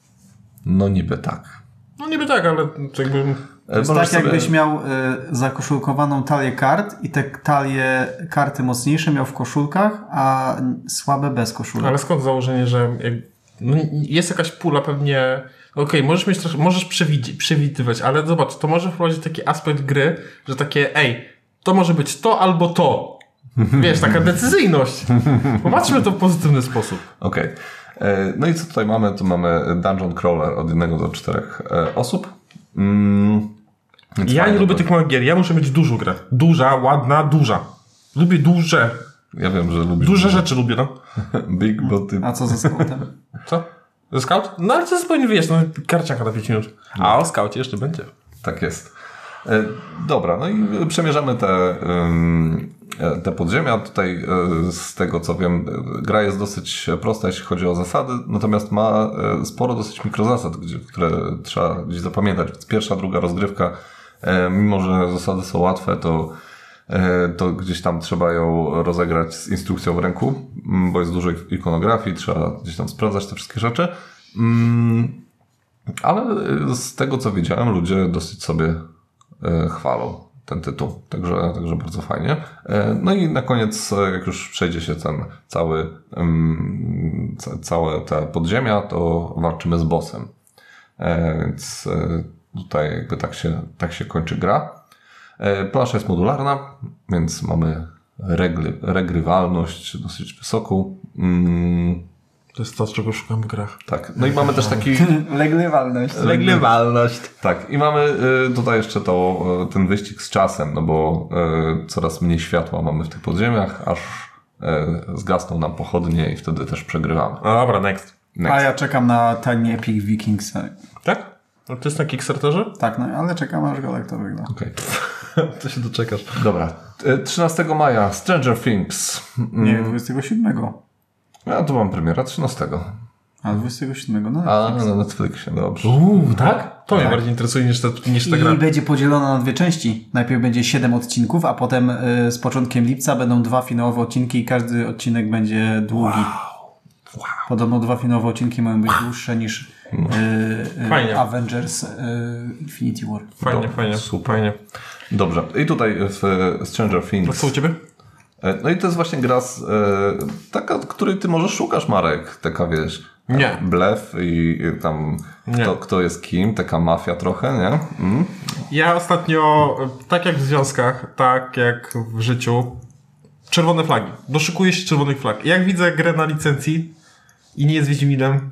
No niby tak. No niby tak, ale jakby... To jest tak, jakbyś miał y, zakoszulkowaną talię kart i te talie karty mocniejsze miał w koszulkach, a słabe bez koszulek. Ale skąd założenie, że jak, no jest jakaś pula pewnie... Okej, okay, możesz mieć trochę, możesz przewidzi, przewidywać, ale zobacz, to może wprowadzić taki aspekt gry, że takie, ej, to może być to albo to. Wiesz, taka decyzyjność. Popatrzmy to w pozytywny sposób. Okej. Okay. No i co tutaj mamy? Tu mamy Dungeon Crawler od jednego do czterech osób. Mm, ja nie lubię tych małych gier. Ja muszę mieć dużą grę. Duża, ładna, duża. Lubię duże. Ja wiem, że lubisz... Duże rzeczy lubię, no. Big, bo ty... A co ze scoutem? Co? Ze scout? No ale to jest zupełnie, wiesz, no karciaka na pięć minut. A o scoucie jeszcze będzie. Tak jest. E, dobra, no i przemierzamy te, ym, te podziemia. Tutaj y, z tego co wiem, gra jest dosyć prosta, jeśli chodzi o zasady, natomiast ma y, sporo dosyć mikrozasad, gdzie, które trzeba gdzieś zapamiętać. Więc pierwsza, druga rozgrywka, y, mimo że zasady są łatwe, to, y, to gdzieś tam trzeba ją rozegrać z instrukcją w ręku, y, bo jest dużo ikonografii, trzeba gdzieś tam sprawdzać te wszystkie rzeczy. Y, ale z tego co widziałem, ludzie dosyć sobie chwalą ten tytuł, także, także bardzo fajnie. No i na koniec, jak już przejdzie się ten cały, um, ca, całe te podziemia, to walczymy z bossem. E, więc tutaj jakby tak się, tak się kończy gra. E, plansza jest modularna, więc mamy regry, regrywalność dosyć wysoką. Mm, To jest to, czego szukam w grach. tak. No i mamy też taki... Regrywalność. Regrywalność. Tak. I mamy y, tutaj jeszcze to, y, ten wyścig z czasem, no bo y, coraz mniej światła mamy w tych podziemiach, aż y, zgasną nam pochodnie i wtedy też przegrywamy. No dobra, next. Next. A ja czekam na Tiny Epic Vikings. Tak? A to jest na Kickstarterze? Tak, no ale czekam aż Galacta wygra. Okej. To się doczekasz. Dobra. Y, trzynastego maja Stranger Things. Nie, dwudziestego siódmego. Ja tu mam premiera trzynastego. A dwudziestego siódmego, no. A na Netflixie, dobrze. Uuu, tak? To mnie Tak. bardziej interesuje niż ta, niż ta gra. I będzie podzielona na dwie części. Najpierw będzie siedem odcinków, a potem y, z początkiem lipca będą dwa finałowe odcinki i każdy odcinek będzie długi. Wow. Podobno dwa finałowe odcinki mają być dłuższe niż y, y, Fajnie. Avengers y, Infinity War. Fajnie, Dobra, fajnie. super. Fajnie. Dobrze. I tutaj w Stranger A Things... co u ciebie? No i to jest właśnie gra, z, e, taka, której ty może szukasz, Marek. Taka, wiesz, Nie. blef i, i tam kto, kto jest kim, taka mafia trochę, nie? Mm? Ja ostatnio, tak jak w związkach, tak jak w życiu, czerwone flagi. Doszukuję się czerwonych flag. Jak widzę grę na licencji i nie jest Wiedźminem,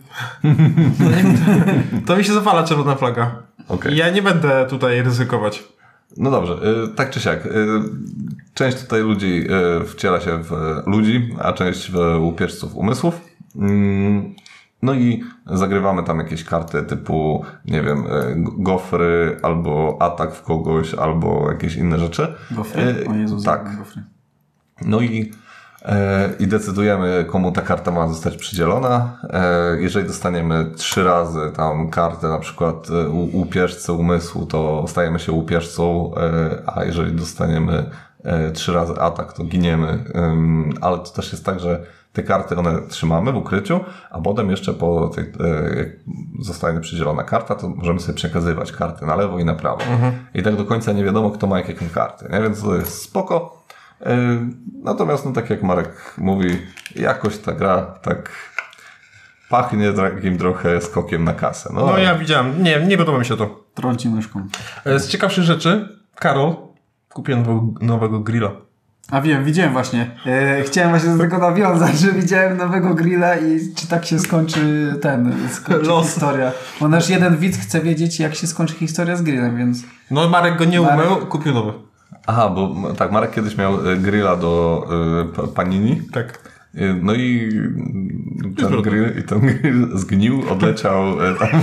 to mi się zapala czerwona flaga. Okay. I ja nie będę tutaj ryzykować. No dobrze, y, tak czy siak. Y, część tutaj ludzi y, wciela się w ludzi, a część w łupieżców umysłów. Mm, no i zagrywamy tam jakieś karty typu, nie wiem, y, gofry, albo atak w kogoś, albo jakieś inne rzeczy. Gofry? O Jezus, tak. gofry. No i, e, i decydujemy, komu ta karta ma zostać przydzielona. E, jeżeli dostaniemy trzy razy tam kartę, na przykład e, u, łupieżcy umysłu, to stajemy się łupieżcą, e, a jeżeli dostaniemy e, trzy razy atak, to giniemy. Ym, ale to też jest tak, że te karty one trzymamy w ukryciu, a potem jeszcze po tej, e, jak zostanie przydzielona karta, to możemy sobie przekazywać karty na lewo i na prawo. Mhm. I tak do końca nie wiadomo, kto ma jakie karty, nie? Więc to jest spoko. Natomiast, no tak jak Marek mówi, jakoś ta gra tak pachnie takim trochę skokiem na kasę. No, No ja widziałem. Nie, nie podoba mi się to. Trąci myszką. Z ciekawszych rzeczy, Karol, kupiłem nowego, nowego grilla. A wiem, widziałem właśnie. E, chciałem właśnie do tego nawiązać, że widziałem nowego grilla i czy tak się skończy ten, skończy Los. historia. Bo nasz jeden widz chce wiedzieć, jak się skończy historia z grillem, więc... No Marek go nie Marek- umył, kupił nowy. Aha, bo tak, Marek kiedyś miał y, grilla do y, pa- panini Tak. No i ten grill, i ten grill zgnił, odleciał tam.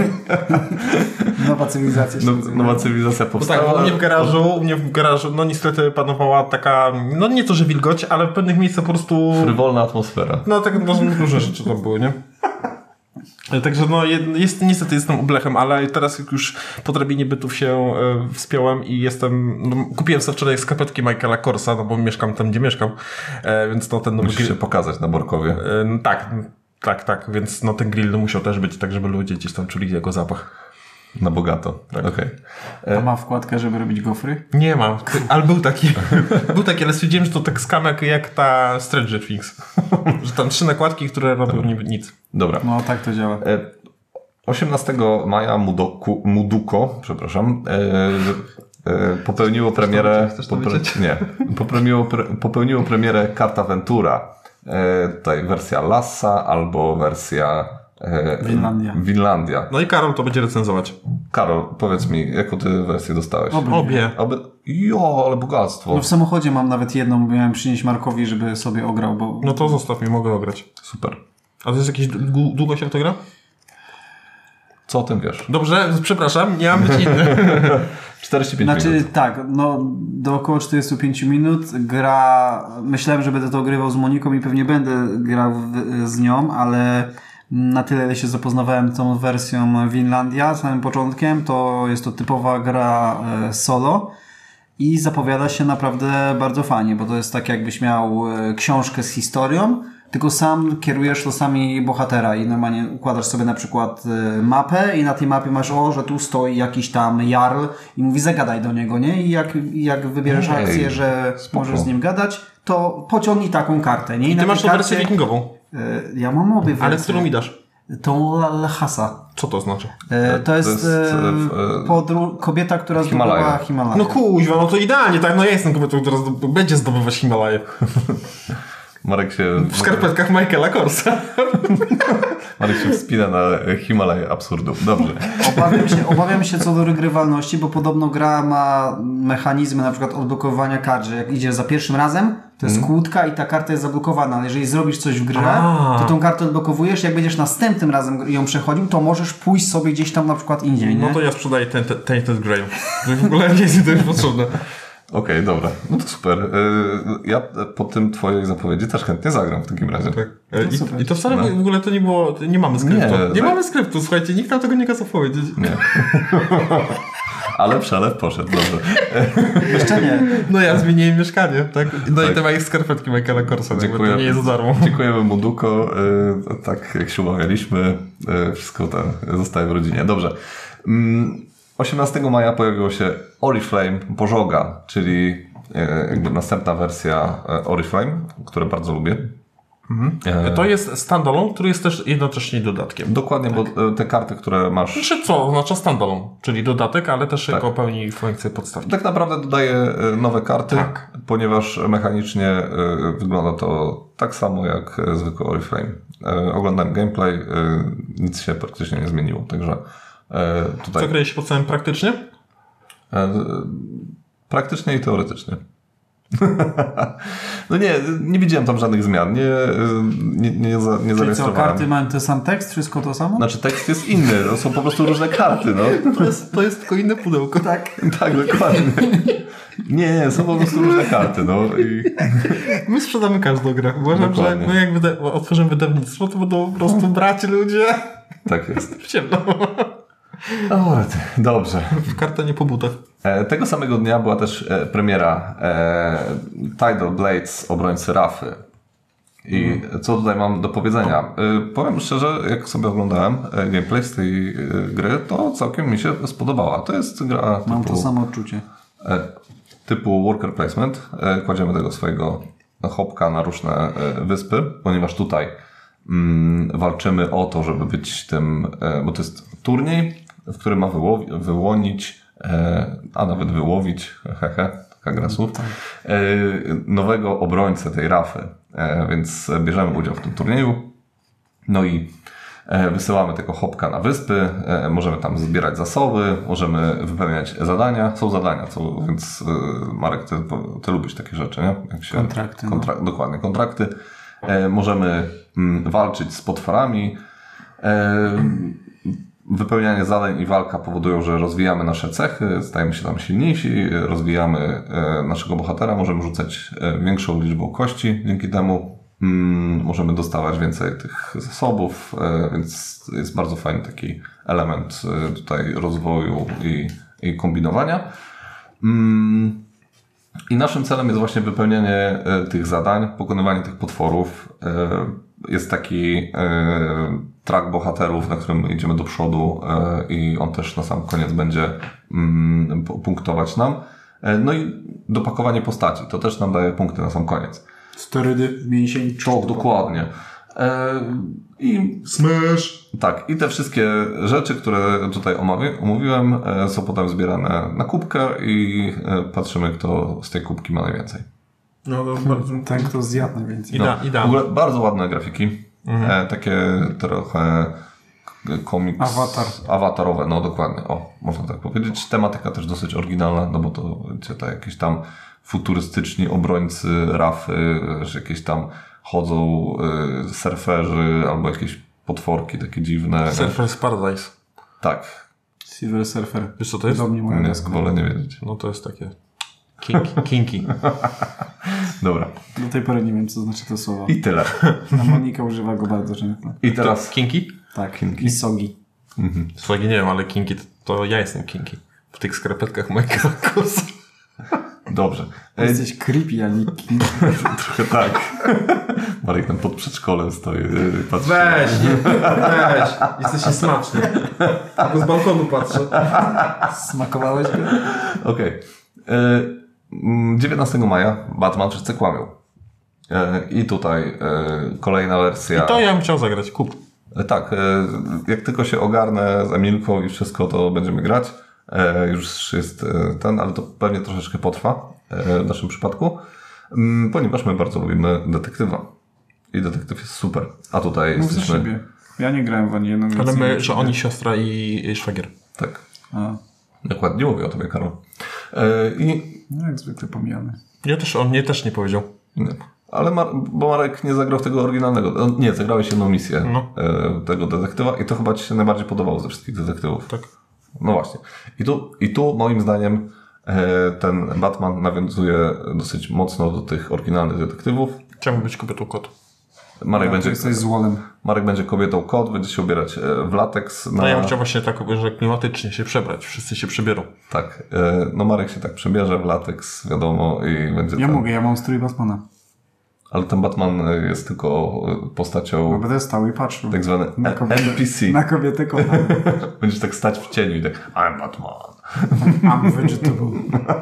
Nowa cywilizacja się No, nowa cywilizacja powstała. No tak, u mnie w garażu, u mnie w garażu, no niestety panowała taka, no nie to, że wilgoć, ale w pewnych miejscach po prostu... Frywolna atmosfera. No tak, no, różne rzeczy tam były, nie? Także no, jest, niestety jestem ublechem, ale teraz jak już po drabinie bytów się e, wspiąłem i jestem, no, kupiłem sobie wczoraj skarpetki Michaela Korsa, no bo mieszkam tam, gdzie mieszkam, e, więc to ten nowy Musisz grill... się pokazać na Borkowie. E, no, tak, tak, tak, więc no ten grill musiał też być tak, żeby ludzie gdzieś tam czuli jego zapach. Na bogato. Tak. Okej. A ma wkładkę, żeby robić gofry? Nie mam, ale był taki, był taki, ale stwierdziłem, że to tak skamek jak ta Stranger Things, że tam trzy nakładki, które robią niby nic. Dobra. No tak to działa. osiemnastego maja Mudoku, Muduko, przepraszam, e, e, popełniło premierę... Chcesz to popre, wiedzieć? nie. Popełniło, pre, popełniło premierę Karta Ventura. E, tutaj wersja Lassa albo wersja... E, Winlandia. Winlandia. No i Karol to będzie recenzować. Karol, powiedz mi, jaką ty wersję dostałeś? Obie. Obie. Oby... Jo, ale bogactwo. No w samochodzie mam nawet jedną, miałem przynieść Markowi, żeby sobie ograł, bo... No to zostaw mi, mogę ograć. Super. A to jest jakieś... dłu- Długo się w to gra? Co o tym wiesz? Dobrze, przepraszam, nie mam być inny. czterdzieści pięć Znaczy minut. tak, no do około czterdzieści pięć minut gra, myślałem, że będę to ogrywał z Moniką i pewnie będę grał w, z nią, ale na tyle, ile się zapoznawałem tą wersją Winlandia samym początkiem, to jest to typowa gra e, solo i zapowiada się naprawdę bardzo fajnie, bo to jest tak, jakbyś miał e, książkę z historią, tylko sam kierujesz losami bohatera i normalnie układasz sobie na przykład y, mapę i na tej mapie masz, o, że tu stoi jakiś tam jarl i mówi, zagadaj do niego, nie? I jak, jak wybierzesz Ej, akcję, że spoko. możesz z nim gadać, to pociągnij taką kartę, nie? I na ty tej masz tą wersję karcie- wikingową. y, Ja mam obie wersje. Ale którą mi dasz? Tą Lhasa. Co to znaczy? Y, To jest, jest, y, y, podru- kobieta, która Himalaja. zdobyła Himalaję. No kuźwa, no to idealnie, tak? No ja jestem kobietą, która zdob- będzie zdobywać Himalaję. Marek się... W skarpetkach Michaela Korsa. Marek się wspina na Himalaję absurdów. Dobrze. Obawiam się, obawiam się co do regrywalności, bo podobno gra ma mechanizmy na przykład odblokowywania kart, że jak idzie za pierwszym razem, to jest kłódka i ta karta jest zablokowana, ale jeżeli zrobisz coś w grze, A. to tą kartę odblokowujesz, jak będziesz następnym razem ją przechodził, to możesz pójść sobie gdzieś tam na przykład indziej, nie? No to ja sprzedaję ten, ten, ten, ten Grail. W ogóle nie jest mi to już potrzebne. Okej, okay, dobra. No to super. Yy, Ja po tym twojej zapowiedzi też chętnie zagram w takim razie. Tak. No super. I, I to wcale w ogóle to nie było, nie mamy skryptu. Nie, Nie, tak. mamy skryptu, słuchajcie, nikt nam tego nie kazał powiedzieć. Nie. Ale przelew poszedł, dobrze. Jeszcze nie. No ja zmieniłem mieszkanie, tak? No Tak. i te moje skarpetki Michaela Korsa, Dziękuję. to nie jest za darmo. Dziękujemy Muduko. Yy, Tak jak się umawialiśmy, yy, wszystko tam zostaje w rodzinie. Dobrze. Mm, osiemnastego maja pojawiło się Oriflame Pożoga, czyli yy, jakby następna wersja yy, Oriflame, które bardzo lubię. Yy, To jest standalone, który jest też jednocześnie dodatkiem. Dokładnie, bo yy, te karty, które masz... Znaczy co? Oznacza standalone, czyli dodatek, ale też Tak. jako pełni funkcję podstawki. Tak naprawdę dodaje y, nowe karty, Tak. ponieważ mechanicznie y, wygląda to tak samo jak y, zwykły Oriflame. Y, oglądałem gameplay, y, nic się praktycznie nie zmieniło, także y, tutaj Co kryje się pod całym praktycznie? y, praktycznie i teoretycznie. No nie, nie widziałem tam żadnych zmian, nie, y, nie, nie, za, nie Czyli co, zarejestrowałem. karty mają ten sam tekst, wszystko to samo? Znaczy tekst jest inny, to są po prostu różne karty, no. To jest, to jest tylko inne pudełko. Tak. Tak, dokładnie. Nie, nie, są po prostu różne karty, no. I... My sprzedamy każdą grę. Uważam, Dokładnie. że my jak wyda- otworzymy wydawnictwo, to będą po prostu braci ludzie Tak jest. w ciemno. O, ty, dobrze. W kartę nie po butach. E, tego samego dnia była też e, premiera e, Tidal Blades Obrońcy Rafy. I co tutaj mam do powiedzenia? E, powiem szczerze, jak sobie oglądałem e, gameplay z tej e, gry, to całkiem mi się spodobała. To jest gra Mam typu, to samo odczucie. e, typu worker placement. E, kładziemy tego swojego chopka na różne e, wyspy, ponieważ tutaj mm, walczymy o to, żeby być tym, e, bo to jest turniej, w którym ma wyłowi- wyłonić, e, a nawet wyłowić, hehe, taka gra słów, e, nowego obrońcę tej rafy. E, więc bierzemy udział w tym turnieju. No i e, wysyłamy tego chopka na wyspy, e, możemy tam zbierać zasoby, możemy wypełniać zadania. Są zadania, co, więc e, Marek, ty, ty lubisz takie rzeczy, nie? Jak się, Kontrakty, no. Kontra- Dokładnie, kontrakty. E, możemy mm, walczyć z potworami. E, wypełnianie zadań i walka powodują, że rozwijamy nasze cechy, stajemy się tam silniejsi, rozwijamy e, naszego bohatera, możemy rzucać e, większą liczbą kości dzięki temu. Mm, możemy dostawać więcej tych zasobów, e, więc jest bardzo fajny taki element e, tutaj rozwoju i, i kombinowania. Mm, I naszym celem jest właśnie wypełnianie e, tych zadań, pokonywanie tych potworów. E, jest taki e, track bohaterów, na którym idziemy do przodu e, i on też na sam koniec będzie mm, punktować nam. E, no i dopakowanie postaci, to też nam daje punkty na sam koniec. Sterydy, mięsień, czołg. Dokładnie. E, I Smash! tak, i te wszystkie rzeczy, które tutaj omawi- omówiłem, e, są potem zbierane na kubkę i e, patrzymy, kto z tej kubki ma najwięcej. No to bardzo... Ten, kto zjadł najwięcej. Ida, W ida. ogóle bardzo ładne grafiki. Mhm. E, takie trochę komiks... Awatar. Awatarowe, no dokładnie. O, można tak powiedzieć. Tematyka też dosyć oryginalna, no bo to wiecie, to jakieś tam futurystyczni obrońcy rafy, że jakieś tam chodzą y, surferzy albo jakieś potworki takie dziwne. Surfer's Paradise. Tak. Silver Surfer. Wiesz co to jest? Do mnie moja Nie, deska. wolę nie wiedzieć. No to jest takie kinky. kinky. Dobra. Do tej pory nie wiem, co znaczy to słowo. I tyle. A Monika używa go bardzo często. I teraz... Kinky? Tak. Kinky. I sogi. Mhm. Słuchaj, nie wiem, ale kinky to, to ja jestem kinky. W tych skarpetkach Michaela Kosa. Dobrze. E, Jesteś creepy, a nie kinky. trochę tak. Marek tam pod przedszkolem stoi. y, Patrzy. Weź, nie, weź. Jesteś niesmaczny. Tylko z balkonu patrzę. Smakowałeś go? Okej. E, mm, dziewiętnastego maja Batman Wszyscy kłamią. E, I tutaj e, kolejna wersja. I to ja bym chciał zagrać. Kup. E, Tak, e, jak tylko się ogarnę z Emilką i wszystko, to będziemy grać. E, już jest e, ten, ale to pewnie troszeczkę potrwa e, w naszym przypadku, m, ponieważ my bardzo lubimy detektywa. I detektyw jest super. A tutaj Mów za jesteśmy... siebie. Ja nie grałem w ani jedną Ale grę, my, nie że wiem. oni siostra i, i szwagier. Tak, A, dokładnie mówię o tobie, Karol. E, I... no jak zwykle pomijamy. Ja też, on mnie też nie powiedział. Nie. Ale Mar- bo Marek nie zagrał w tego oryginalnego. No, nie, zagrałeś jedną misję No. e, tego detektywa i to chyba ci się najbardziej podobało ze wszystkich detektywów. Tak. No właśnie. I tu, i tu moim zdaniem e, ten Batman nawiązuje dosyć mocno do tych oryginalnych detektywów. Chciałbym być kobietą kot. Marek, Ja, będzie, to jesteś złolem. Marek będzie kobietą kot, będzie się ubierać e, w lateks. Na... No ja bym chciał właśnie tak, że klimatycznie się przebrać. Wszyscy się przebierą. Tak. E, no Marek się tak przebierze w lateks, wiadomo, i będzie Ja ten... mogę, ja mam strój Batmana. Ale ten Batman jest tylko postacią No będę stał i patrzył. tak zwany Na kobietę, N P C. na kobietę kocham. Będziesz tak stać w cieniu i tak I'm Batman. I'm vegetable.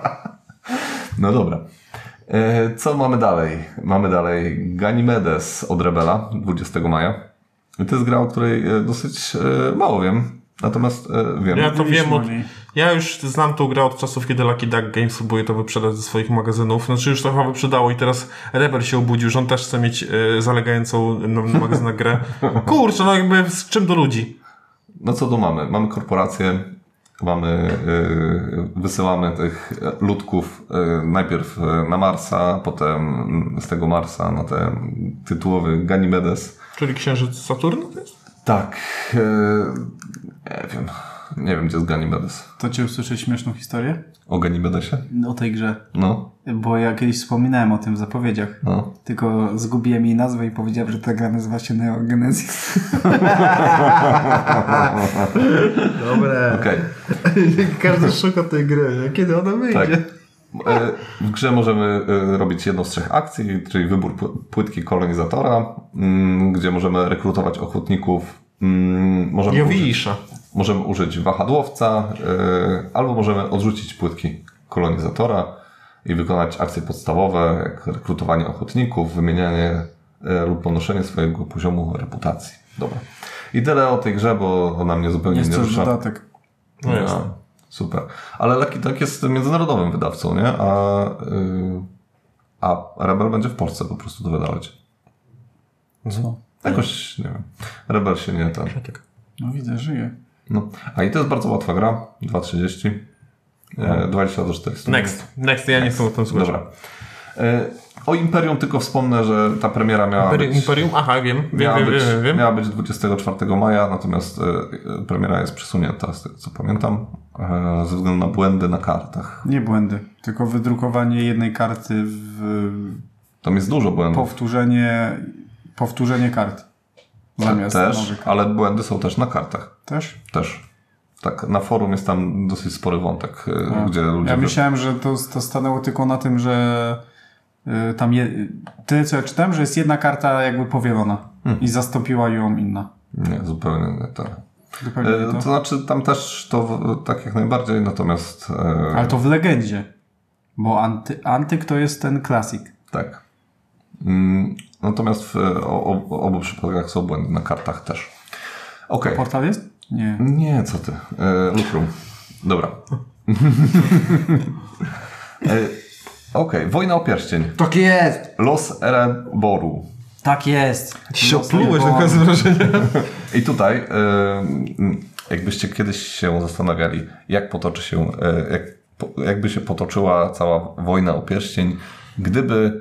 No dobra. E, co mamy dalej? Mamy dalej Ganymedes od Rebela dwudziestego maja. I to jest gra, o której e, dosyć e, mało wiem. Natomiast e, wiem. Ja to wiem od... o niej. Ja już znam tą grę od czasów, kiedy Lucky Duck Games próbuje to wyprzedać ze swoich magazynów. Znaczy już to chyba wyprzedało i teraz Rebel się obudził, że on też chce mieć y, zalegającą na magazynach grę. Kurczę, no jakby z czym do ludzi? No co tu mamy? Mamy korporację, mamy, e, wysyłamy tych ludków e, najpierw na Marsa, potem z tego Marsa na ten tytułowy Ganymedes. Czyli księżyc Saturn to jest? Tak. E, nie wiem. Nie wiem, gdzie jest Ganymedes. To cię usłyszeć śmieszną historię? O Ganymedesie? O tej grze. No, Bo ja kiedyś wspominałem o tym w zapowiedziach. no. Tylko zgubiłem jej nazwę i powiedziałem, że ta gra nazywa się Neo Genesis. Dobre. Okej. Każdy szuka tej gry. Kiedy ona wyjdzie? Tak. E, W grze możemy e, robić jedną z trzech akcji, czyli wybór pł- płytki kolonizatora, mm, gdzie możemy rekrutować ochotników. mm, Możemy użyć, Jowisza. możemy użyć wahadłowca, e, albo możemy odrzucić płytki kolonizatora i wykonać akcje podstawowe, jak rekrutowanie ochotników, wymienianie e, lub podnoszenie swojego poziomu reputacji. Dobra. I tyle o tej grze, bo ona mnie zupełnie Jest nie to rusza. dodatek. No jest. Ja, super. Ale Lucky Duck jest międzynarodowym wydawcą, nie? A, yy, a Rebel będzie w Polsce po prostu to wydawać. Co? Jakoś, nie wiem. Rebel się nie ten. Tak. No widzę, żyje. No. A i to jest bardzo łatwa gra. dwa trzydzieści. E, dwadzieścia do czterystu. Next. Next, ja nie chcę o tym słuchać. Dobra. E, O Imperium tylko wspomnę, że ta premiera miała Imperium, być... Imperium? Aha, wiem, wiem, Miała, wiem, być, wiem, wiem. miała być dwudziestego czwartego maja, natomiast e, premiera jest przesunięta, z tego co pamiętam, e, ze względu na błędy na kartach. Nie błędy, tylko wydrukowanie jednej karty w Tam jest dużo błędów. powtórzenie, powtórzenie kart. Zamiast Też, nowych kart. ale błędy są też na kartach. Też? Też. Tak, na forum jest tam dosyć spory wątek, e, A. gdzie ludzie... Ja myślałem, że to, to stanęło tylko na tym, że y, tam je, tyle co ja czytałem, że jest jedna karta jakby powielona Hmm. i zastąpiła ją inna. Nie, zupełnie nie tak. Zupełnie E, nie to to. znaczy tam też to w- tak jak najbardziej, natomiast... E, Ale to w legendzie. Bo anty, antyk to jest ten klasik. Tak. Mm, natomiast w o, o, obu przypadkach są błędy na kartach też. Okej. Portal jest? Nie. Nie, co ty. E, Lucrum. Dobra. e, Okej, Wojna o Pierścień. Tak jest! Los Ereboru. Tak jest! Ci się oplułeś, takie jest wrażenie. I tutaj, e, jakbyście kiedyś się zastanawiali, jak potoczy się, e, jak, po, jakby się potoczyła cała Wojna o Pierścień, gdyby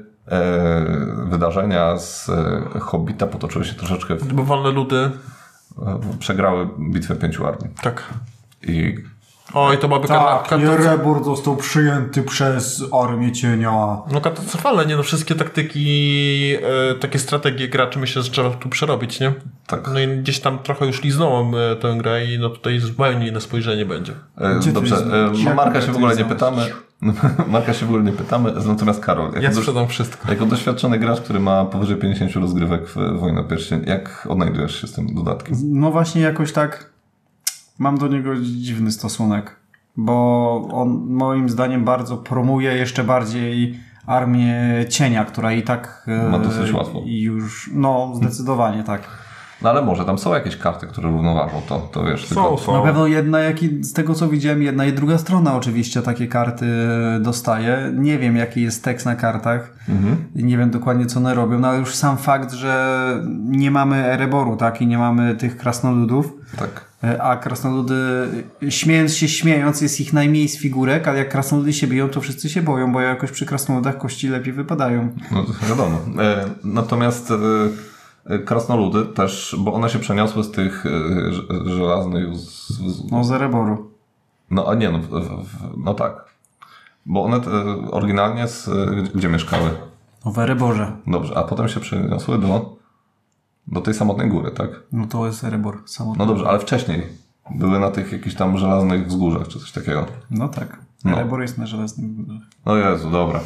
e, wydarzenia z e, Hobbita potoczyły się troszeczkę, w, Bo wolne ludy. e, przegrały bitwę pięciu armii. Tak. I Oj, to byłaby Tak, kata- i kata- Erebor został przyjęty przez Armię Cienia. No katastrofalne, nie no, wszystkie taktyki, e, takie strategie graczy myślę, że trzeba tu przerobić, nie? tak. No i gdzieś tam trochę już liznąłem e, tę grę i no tutaj zupełnie inne spojrzenie będzie. E, Gdzie to Dobrze, jest? e, Jak Marka to się w ogóle nie jest? pytamy. Marka się w ogóle nie pytamy, natomiast Karol, Ja jako, doś, sprzedam wszystko. jako doświadczony gracz, który ma powyżej pięćdziesiąt rozgrywek w Wojnę o Pierścień, jak odnajdujesz się z tym dodatkiem? No właśnie jakoś tak mam do niego dziwny stosunek, bo on moim zdaniem bardzo promuje jeszcze bardziej Armię Cienia, która i tak e, Ma dosyć łatwo. i już, no zdecydowanie tak. No ale może tam są jakieś karty, które równoważą to, to wiesz. tylko... Są, są. Na pewno jedna, jak i z tego co widziałem, jedna i druga strona oczywiście takie karty dostaje. Nie wiem jaki jest tekst na kartach. Mhm. Nie wiem dokładnie co one robią, no ale już sam fakt, że nie mamy Ereboru, tak, i nie mamy tych krasnoludów, Tak. a krasnoludy, śmiejąc się, śmiejąc, jest ich najmniej z figurek, ale jak krasnoludy się biją, to wszyscy się boją, bo jakoś przy krasnoludach kości lepiej wypadają. No to wiadomo. E, natomiast e, krasnoludy też, bo one się przeniosły z tych e, ż- żelaznych... Z, z, No z Ereboru. no a nie, no, w, w, no tak. Bo one te, oryginalnie z, gdzie, gdzie mieszkały? No w Ereborze. Dobrze, a potem się przeniosły do, do tej samotnej góry, tak? No to jest Erebor samotny. No dobrze, ale wcześniej były na tych jakichś tam żelaznych wzgórzach, czy coś takiego. No tak. No. Erebor jest na żelaznym górach. No Jezu, dobra.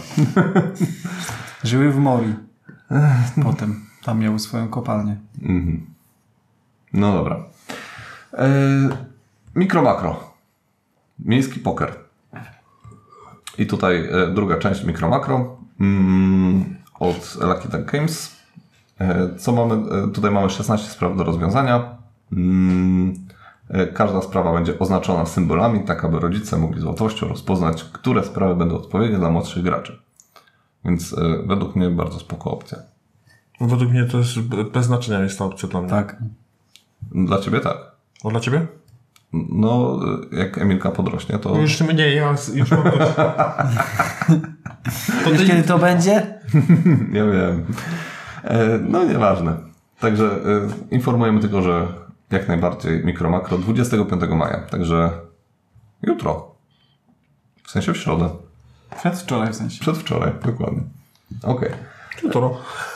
Żyły w Mori. Potem. Tam miały swoją kopalnię. Mhm. No dobra. E, mikro, makro. Miejski poker. I tutaj e, druga część mikro, makro mm, od Lucky Duck Games. E, co mamy? E, tutaj mamy szesnaście spraw do rozwiązania. Mm, e, każda sprawa będzie oznaczona symbolami, tak aby rodzice mogli z łatwością rozpoznać, które sprawy będą odpowiednie dla młodszych graczy. Więc e, według mnie bardzo spoko opcja. Według mnie to jest bez znaczenia jest ta opcja dla mnie. Tak. Dla ciebie tak. A dla ciebie? No, jak Emilka podrośnie, to... No już mnie, ja już mam to. To Wiesz ty... kiedy to będzie? Ja wiem. E, no, nieważne. Także e, informujemy tylko, że jak najbardziej mikro, makro dwudziestego piątego maja. Także jutro. W sensie w środę. Przedwczoraj w sensie. Przedwczoraj, dokładnie. Okej. Jutro.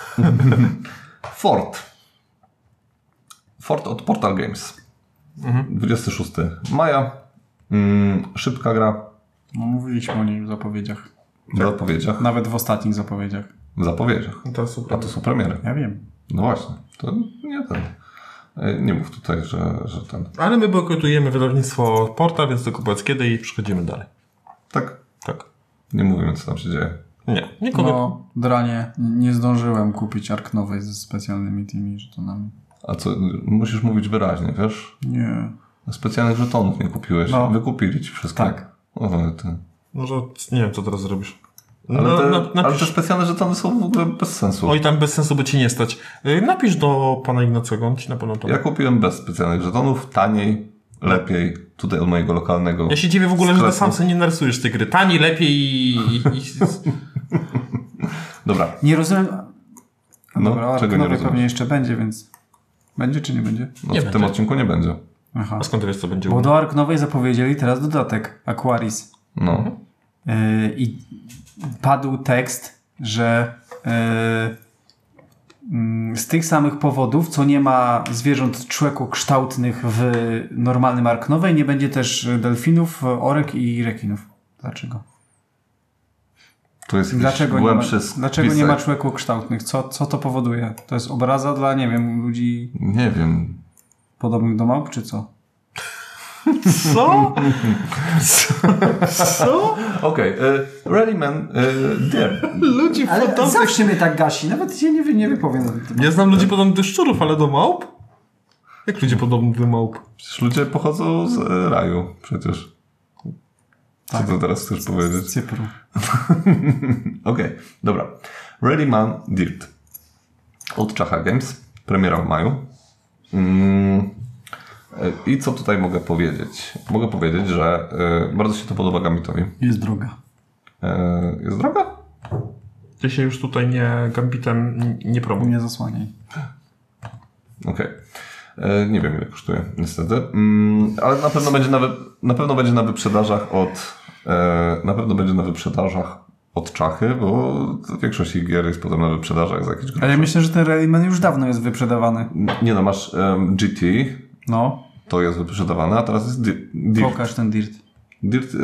Fort. Fort od Portal Games. Mhm. dwudziestego szóstego maja. Mm, szybka gra. No mówiliśmy o niej w zapowiedziach. W zapowiedziach. Nawet w ostatnich zapowiedziach. W zapowiedziach. To jest A super. to są premiery. Ja wiem. No właśnie. To nie ten. E, Nie mów tutaj, że, że ten. Ale my bojkotujemy wydawnictwo Porta, więc tylko powiedz kiedy i przechodzimy dalej. Tak. Tak. Nie mówimy, co tam się dzieje. Nie, nikogo. No, dranie. Nie zdążyłem kupić Ark nowej ze specjalnymi tymi żetonami. A co, musisz mówić wyraźnie, wiesz? Nie. Specjalnych żetonów nie kupiłeś. No. Wykupili ci wszystko. Tak. O, ty. Może nie wiem, co teraz zrobisz. Ale, No, te, na, ale napisz. te specjalne żetony są w ogóle bez sensu. Oj, tam bez sensu by ci nie stać. Yy, Napisz do pana Ignacego, on ci na pewno to... Ja kupiłem bez specjalnych żetonów, taniej, lepiej, tutaj od mojego lokalnego. Ja się dziwię w ogóle, że ty sklepu. sam sobie nie narysujesz tej gry. Taniej, lepiej i... i, i... Dobra. Nie rozumiem... No, No, dobra, o czego nie Arknowej rozumiesz? pewnie jeszcze będzie, więc... Będzie czy nie będzie? No, Nie w będzie. tym odcinku nie będzie. Aha. A skąd ty wiesz, co będzie? Bo do Arknowej zapowiedzieli teraz dodatek Aquaris. No. Yy, I padł tekst, że yy, yy, z tych samych powodów, co nie ma zwierząt człekokształtnych w normalnym Arknowej, nie będzie też delfinów, orek i rekinów. Dlaczego? To jest jakiś Dlaczego nie, ma, głębszy dlaczego nie spisek. ma człekokształtnych? Co, co to powoduje? To jest obraza dla, nie wiem, ludzi Nie wiem. podobnych do małp, czy co? Co? Co? Okej. Okay. Rallyman y, Deer. Ludzi Ale podobnych... zawsze mnie tak gasi, nawet się nie, wy- nie wypowiem. Ja znam ludzi podobnych do szczurów, ale do małp? Jak ludzie podobni do małp? Przecież ludzie pochodzą z y, raju. Przecież. Co Tak. ty teraz chcesz Z powiedzieć? Cypru. Okej, okay, dobra. Rallyman Dirt. Od Czacha Games. Premiera w maju. Mm. I co tutaj mogę powiedzieć? Mogę powiedzieć, że y, bardzo się to podoba Gambitowi. Jest droga. Y, jest droga? Ty się już tutaj nie Gambitem nie promuj. Nie zasłaniaj. Okej. Okay. Nie wiem, ile kosztuje, niestety. Mm, ale na pewno będzie na, wy, na pewno będzie na wyprzedażach od e, na pewno będzie na wyprzedażach od Czachy, bo większość ich gier jest potem na wyprzedażach za jakieś grosze. Ale ja myślę, że ten Rallyman już dawno jest wyprzedawany. Nie no, masz um, G T, No. to jest wyprzedawane, a teraz jest Di- Dirt. Pokaż ten Dirt. Dirt, e,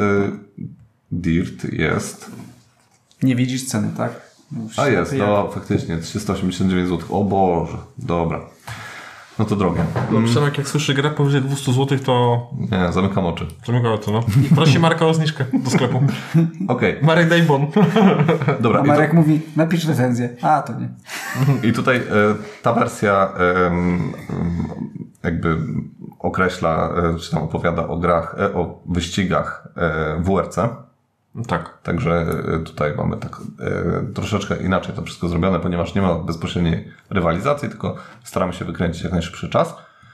Dirt jest... Nie widzisz ceny, tak? Już A jest, jak- no faktycznie, trzysta osiemdziesiąt dziewięć złotych. O Boże, dobra. No to drogie. No, Przemek, jak słyszy grę powyżej dwieście złotych, to Nie, zamykam oczy. zamykał to, no. Prosi Marka o zniżkę do sklepu. Okej, Marek daj bon. dobra. A i to- Marek mówi, napisz recenzję. A, to nie. I tutaj e, ta wersja e, m, jakby określa, e, czy tam opowiada o grach, e, o wyścigach e, W R C. Tak. Także e, tutaj mamy tak e, troszeczkę inaczej to wszystko zrobione, ponieważ nie ma bezpośredniej rywalizacji, tylko staramy się wykręcić jak najszybszy czas.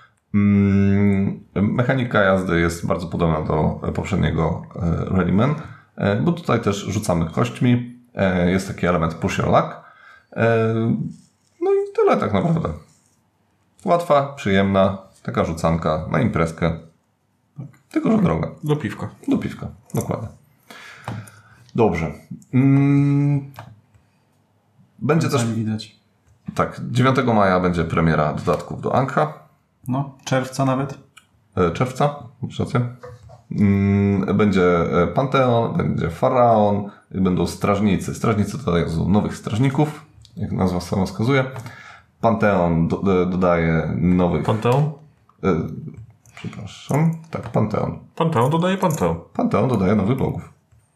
Mm, mechanika jazdy jest bardzo podobna do poprzedniego e, Rallyman, e, bo tutaj też rzucamy kośćmi. E, jest taki element push your luck. E, no i tyle tak naprawdę. Łatwa, przyjemna, taka rzucanka na imprezkę. Tylko, że droga. Do piwka. Do piwka, dokładnie. Dobrze. Mm, będzie też, Co nie widać. tak, dziewiątego maja będzie premiera dodatków do Ankha. No, czerwca nawet. E, czerwca, masz rację. Mm, będzie e, Panteon, będzie Faraon, i będą strażnicy. Strażnicy to są nowych strażników, jak nazwa sama wskazuje. Panteon do, e, dodaje nowych... Panteon? E, przepraszam. Tak, Panteon. Panteon dodaje Panteon. Panteon dodaje nowych bogów.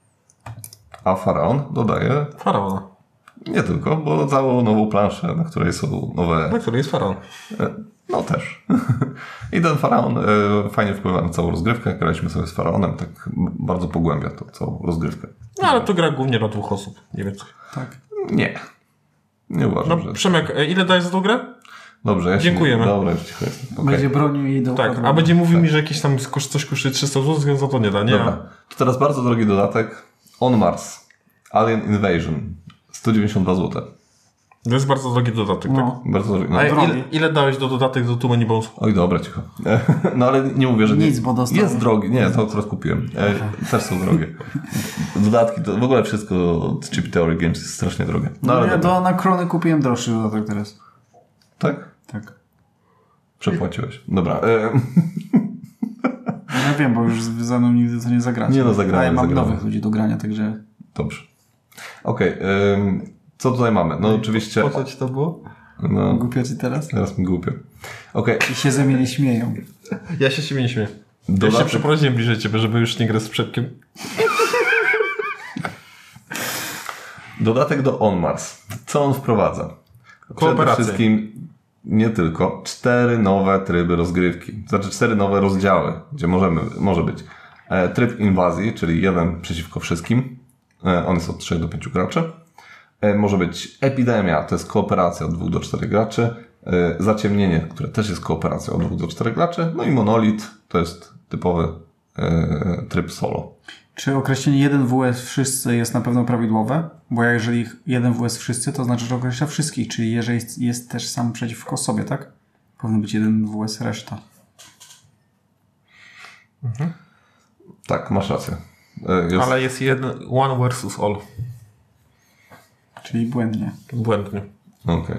A Faraon dodaje Faraona. nie tylko, bo całą nową planszę, na której są nowe... Na której jest Faraon. E, no też. I ten Faraon e, fajnie wpływa na całą rozgrywkę. Graliśmy sobie z Faraonem, tak bardzo pogłębia to całą rozgrywkę. No ale to gra głównie dla dwóch osób. Nie więcej. Tak. Nie. Nie uważam, No że... Przemek, e, ile dajesz za tą grę? Dobrze, ja się Dziękujemy. Nie... Dobra, już cicho jestem. Okay. Będzie bronił jej do Tak, układu. a będzie mówił mi, że jakieś tam koszt, coś kosztuje trzysta złotych, więc za to nie da, nie? Dobra. To teraz bardzo drogi dodatek. On Mars. Alien Invasion. sto dziewięćdziesiąt dwa złote. To jest bardzo drogi dodatek, No. tak? Bardzo drogi. No. A drogi. ile, ile dałeś do dodatek do Too Many Bones? Oj, dobra, cicho. No ale nie mówię, że nie. Nic, bo dostałem. Jest drogi. Nie, to akurat kupiłem. E, też są drogie. Dodatki, to w ogóle wszystko od Cheap Theory Games jest strasznie drogie. No, No, ale ja dobra. do Anakrony kupiłem droższy dodatek teraz. Tak? Tak. Przepłaciłeś. Dobra. E, Ja wiem, bo już ze mną nigdy to nie zagracie. Nie no, zagramy, A ja mam zagramy. nowych ludzi do grania, także... Dobrze. Okej. em, co tutaj mamy? No oczywiście... Po co ci to było? No, Głupio ci teraz? teraz mi głupio. Okej. I się ze mnie nie śmieją. Ja się siebie nie śmieję. Ja się Dodatek- przeprowadziłem bliżej ciebie, żeby już nie grać z Przepkiem. Dodatek do On Mars. Co on wprowadza? Przede Kooperację. wszystkim nie tylko. Cztery nowe tryby rozgrywki. Znaczy cztery nowe rozdziały, gdzie możemy, może być e, tryb inwazji, czyli jeden przeciwko wszystkim. E, on jest od trzech do pięciu graczy. E, może być epidemia, to jest kooperacja od dwóch do czterech graczy. E, zaciemnienie, które też jest kooperacją od dwóch do czterech graczy. No i monolit, to jest typowy e, tryb solo. Czy określenie jeden W S wszyscy jest na pewno prawidłowe? Bo jeżeli jeden W S wszyscy, to znaczy, że określa wszystkich, czyli jeżeli jest, jest też sam przeciwko sobie, tak? Powinno być jeden W S reszta. Mhm. Tak, masz rację. Jest... Ale jest jeden, one versus all. Czyli błędnie. Błędnie. Okej. Okay.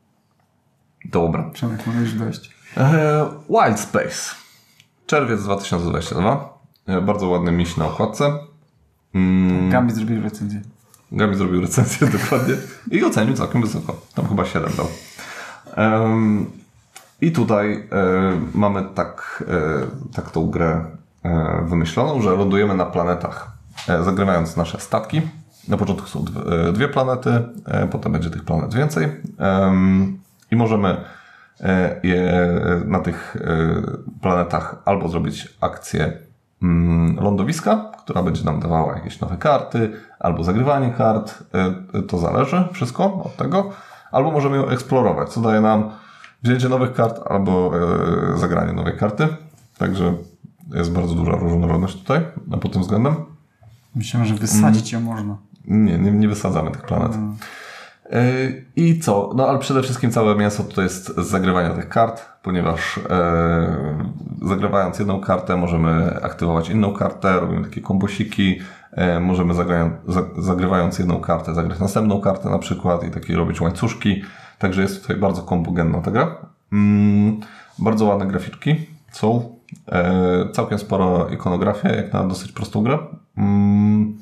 Dobra. Przemek, możesz dojść. Eee, Wild Space. Czerwiec dwa tysiące dwudziesty drugi. Eee, bardzo ładny miś na okładce. Mm. Gambit zrobił recenzję. Gambit zrobił recenzję, dokładnie. I ocenił całkiem wysoko. Tam chyba siedem dał. Eee, I tutaj e, mamy tak, e, tak tą grę e, wymyśloną, że lądujemy na planetach, e, zagrywając nasze statki. Na początku są dwie, dwie planety, e, potem będzie tych planet więcej. E, I możemy e, je na tych e, planetach albo zrobić akcję mm, lądowiska, która będzie nam dawała jakieś nowe karty, albo zagrywanie kart. E, to zależy wszystko od tego. Albo możemy ją eksplorować, co daje nam wzięcie nowych kart albo e, zagranie nowej karty. Także jest bardzo duża różnorodność tutaj a pod tym względem. Myślałem, że wysadzić ją można. Nie, nie, nie wysadzamy tych planet. Hmm. E, I co? No ale przede wszystkim całe mięso tutaj jest z zagrywania tych kart, ponieważ e, zagrywając jedną kartę możemy aktywować inną kartę, robimy takie kombosiki, e, możemy zagrają, za, zagrywając jedną kartę zagrać następną kartę na przykład i takie robić łańcuszki. Także jest tutaj bardzo kombogenna ta gra. Mm, bardzo ładne graficzki są. E, całkiem spora ikonografia, jak na dosyć prostą grę. Mm,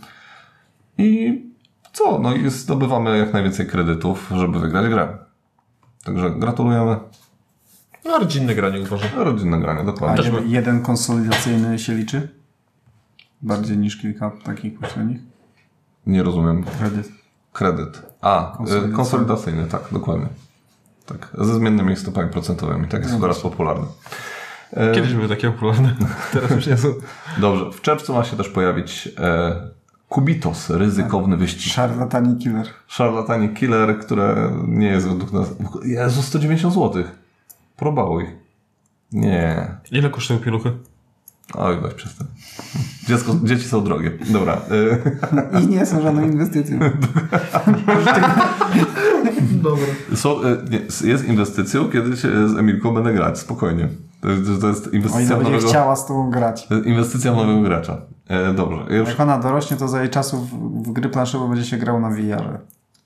I co? No i zdobywamy jak najwięcej kredytów, żeby wygrać grę. Także gratulujemy. No, rodzinne granie uważam. Rodzinne granie, dokładnie. A jeden, jeden konsolidacyjny się liczy? Bardziej niż kilka takich poprzednich? Nie rozumiem. Kredyt. Kredyt. A, konsolidacyjny, konsolidacyjny tak, dokładnie. Tak, ze zmiennymi stopami procentowymi. Tak jest no teraz popularny. Kiedyś były takie popularne, teraz już nie są. Dobrze, w czerwcu ma się też pojawić e, Kubitos, ryzykowny wyścig. Szarlatani Killer. Szarlatani Killer, które nie jest według nas... Jezu, sto dziewięćdziesiąt złotych. Probało ich. Nie. Ile kosztują pieluchy? Oj, weź przestań. Dziecko, dzieci są drogie. Dobra. I nie są żadną inwestycją. Dobra. Są, nie, jest inwestycją, kiedyś z Emilką będę grać, spokojnie. To jest, to jest inwestycja Ona w będzie nowego... chciała z tobą grać. Inwestycja w nowego gracza. E, dobrze. Ja już... Jak ona dorośnie, to za jej czasów w gry planszowe będzie się grał na V R.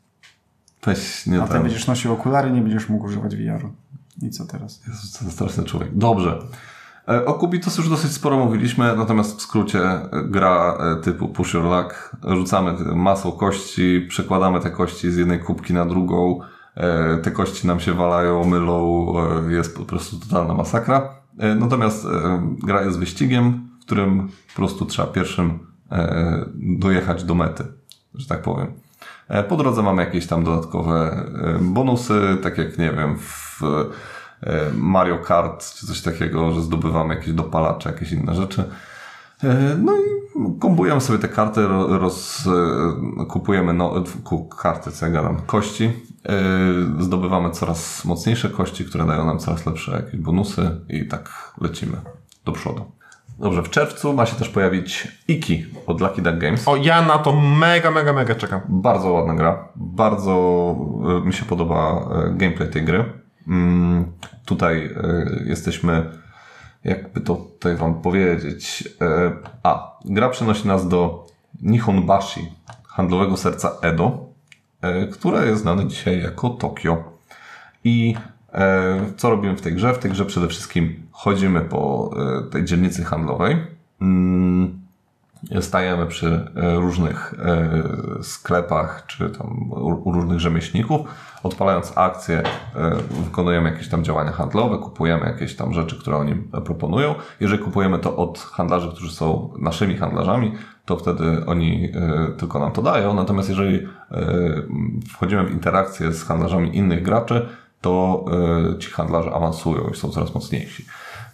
Weź, nie A ty tam. będziesz nosił okulary, nie będziesz mógł używać V R-u. I co teraz? Jezus, co za straszny człowiek. Dobrze. O Kubitos już dosyć sporo mówiliśmy, natomiast w skrócie gra typu Push Your Luck. Rzucamy masą kości, przekładamy te kości z jednej kubki na drugą. Te kości nam się walają, mylą, jest po prostu totalna masakra. Natomiast gra jest wyścigiem, w którym po prostu trzeba pierwszym dojechać do mety, że tak powiem. Po drodze mamy jakieś tam dodatkowe bonusy, tak jak nie wiem, w Mario Kart czy coś takiego, że zdobywamy jakieś dopalacze, jakieś inne rzeczy. No i kombujemy sobie te karty, roz, kupujemy no, karty, co ja gadam, kości. Zdobywamy coraz mocniejsze kości, które dają nam coraz lepsze jakieś bonusy i tak lecimy do przodu. Dobrze, w czerwcu ma się też pojawić Iki od Lucky Duck Games. O, ja na to mega, mega, mega czekam. Bardzo ładna gra. Bardzo mi się podoba gameplay tej gry. Mm, tutaj y, jesteśmy, jakby to tutaj wam powiedzieć. Y, a, gra przenosi nas do Nihonbashi, handlowego serca Edo, y, które jest znane dzisiaj jako Tokio. I y, co robimy w tej grze? W tej grze przede wszystkim chodzimy po y, tej dzielnicy handlowej. Y, Stajemy przy różnych sklepach, czy tam u różnych rzemieślników, odpalając akcje, wykonujemy jakieś tam działania handlowe, kupujemy jakieś tam rzeczy, które oni proponują. Jeżeli kupujemy to od handlarzy, którzy są naszymi handlarzami, to wtedy oni tylko nam to dają. Natomiast jeżeli wchodzimy w interakcję z handlarzami innych graczy, to ci handlarze awansują i są coraz mocniejsi.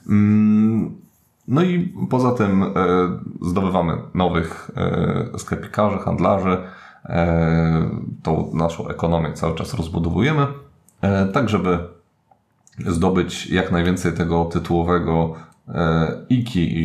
No i poza tym e, zdobywamy nowych e, sklepikarzy, handlarzy. E, tą naszą ekonomię cały czas rozbudowujemy, e, tak żeby zdobyć jak najwięcej tego tytułowego e, Iki i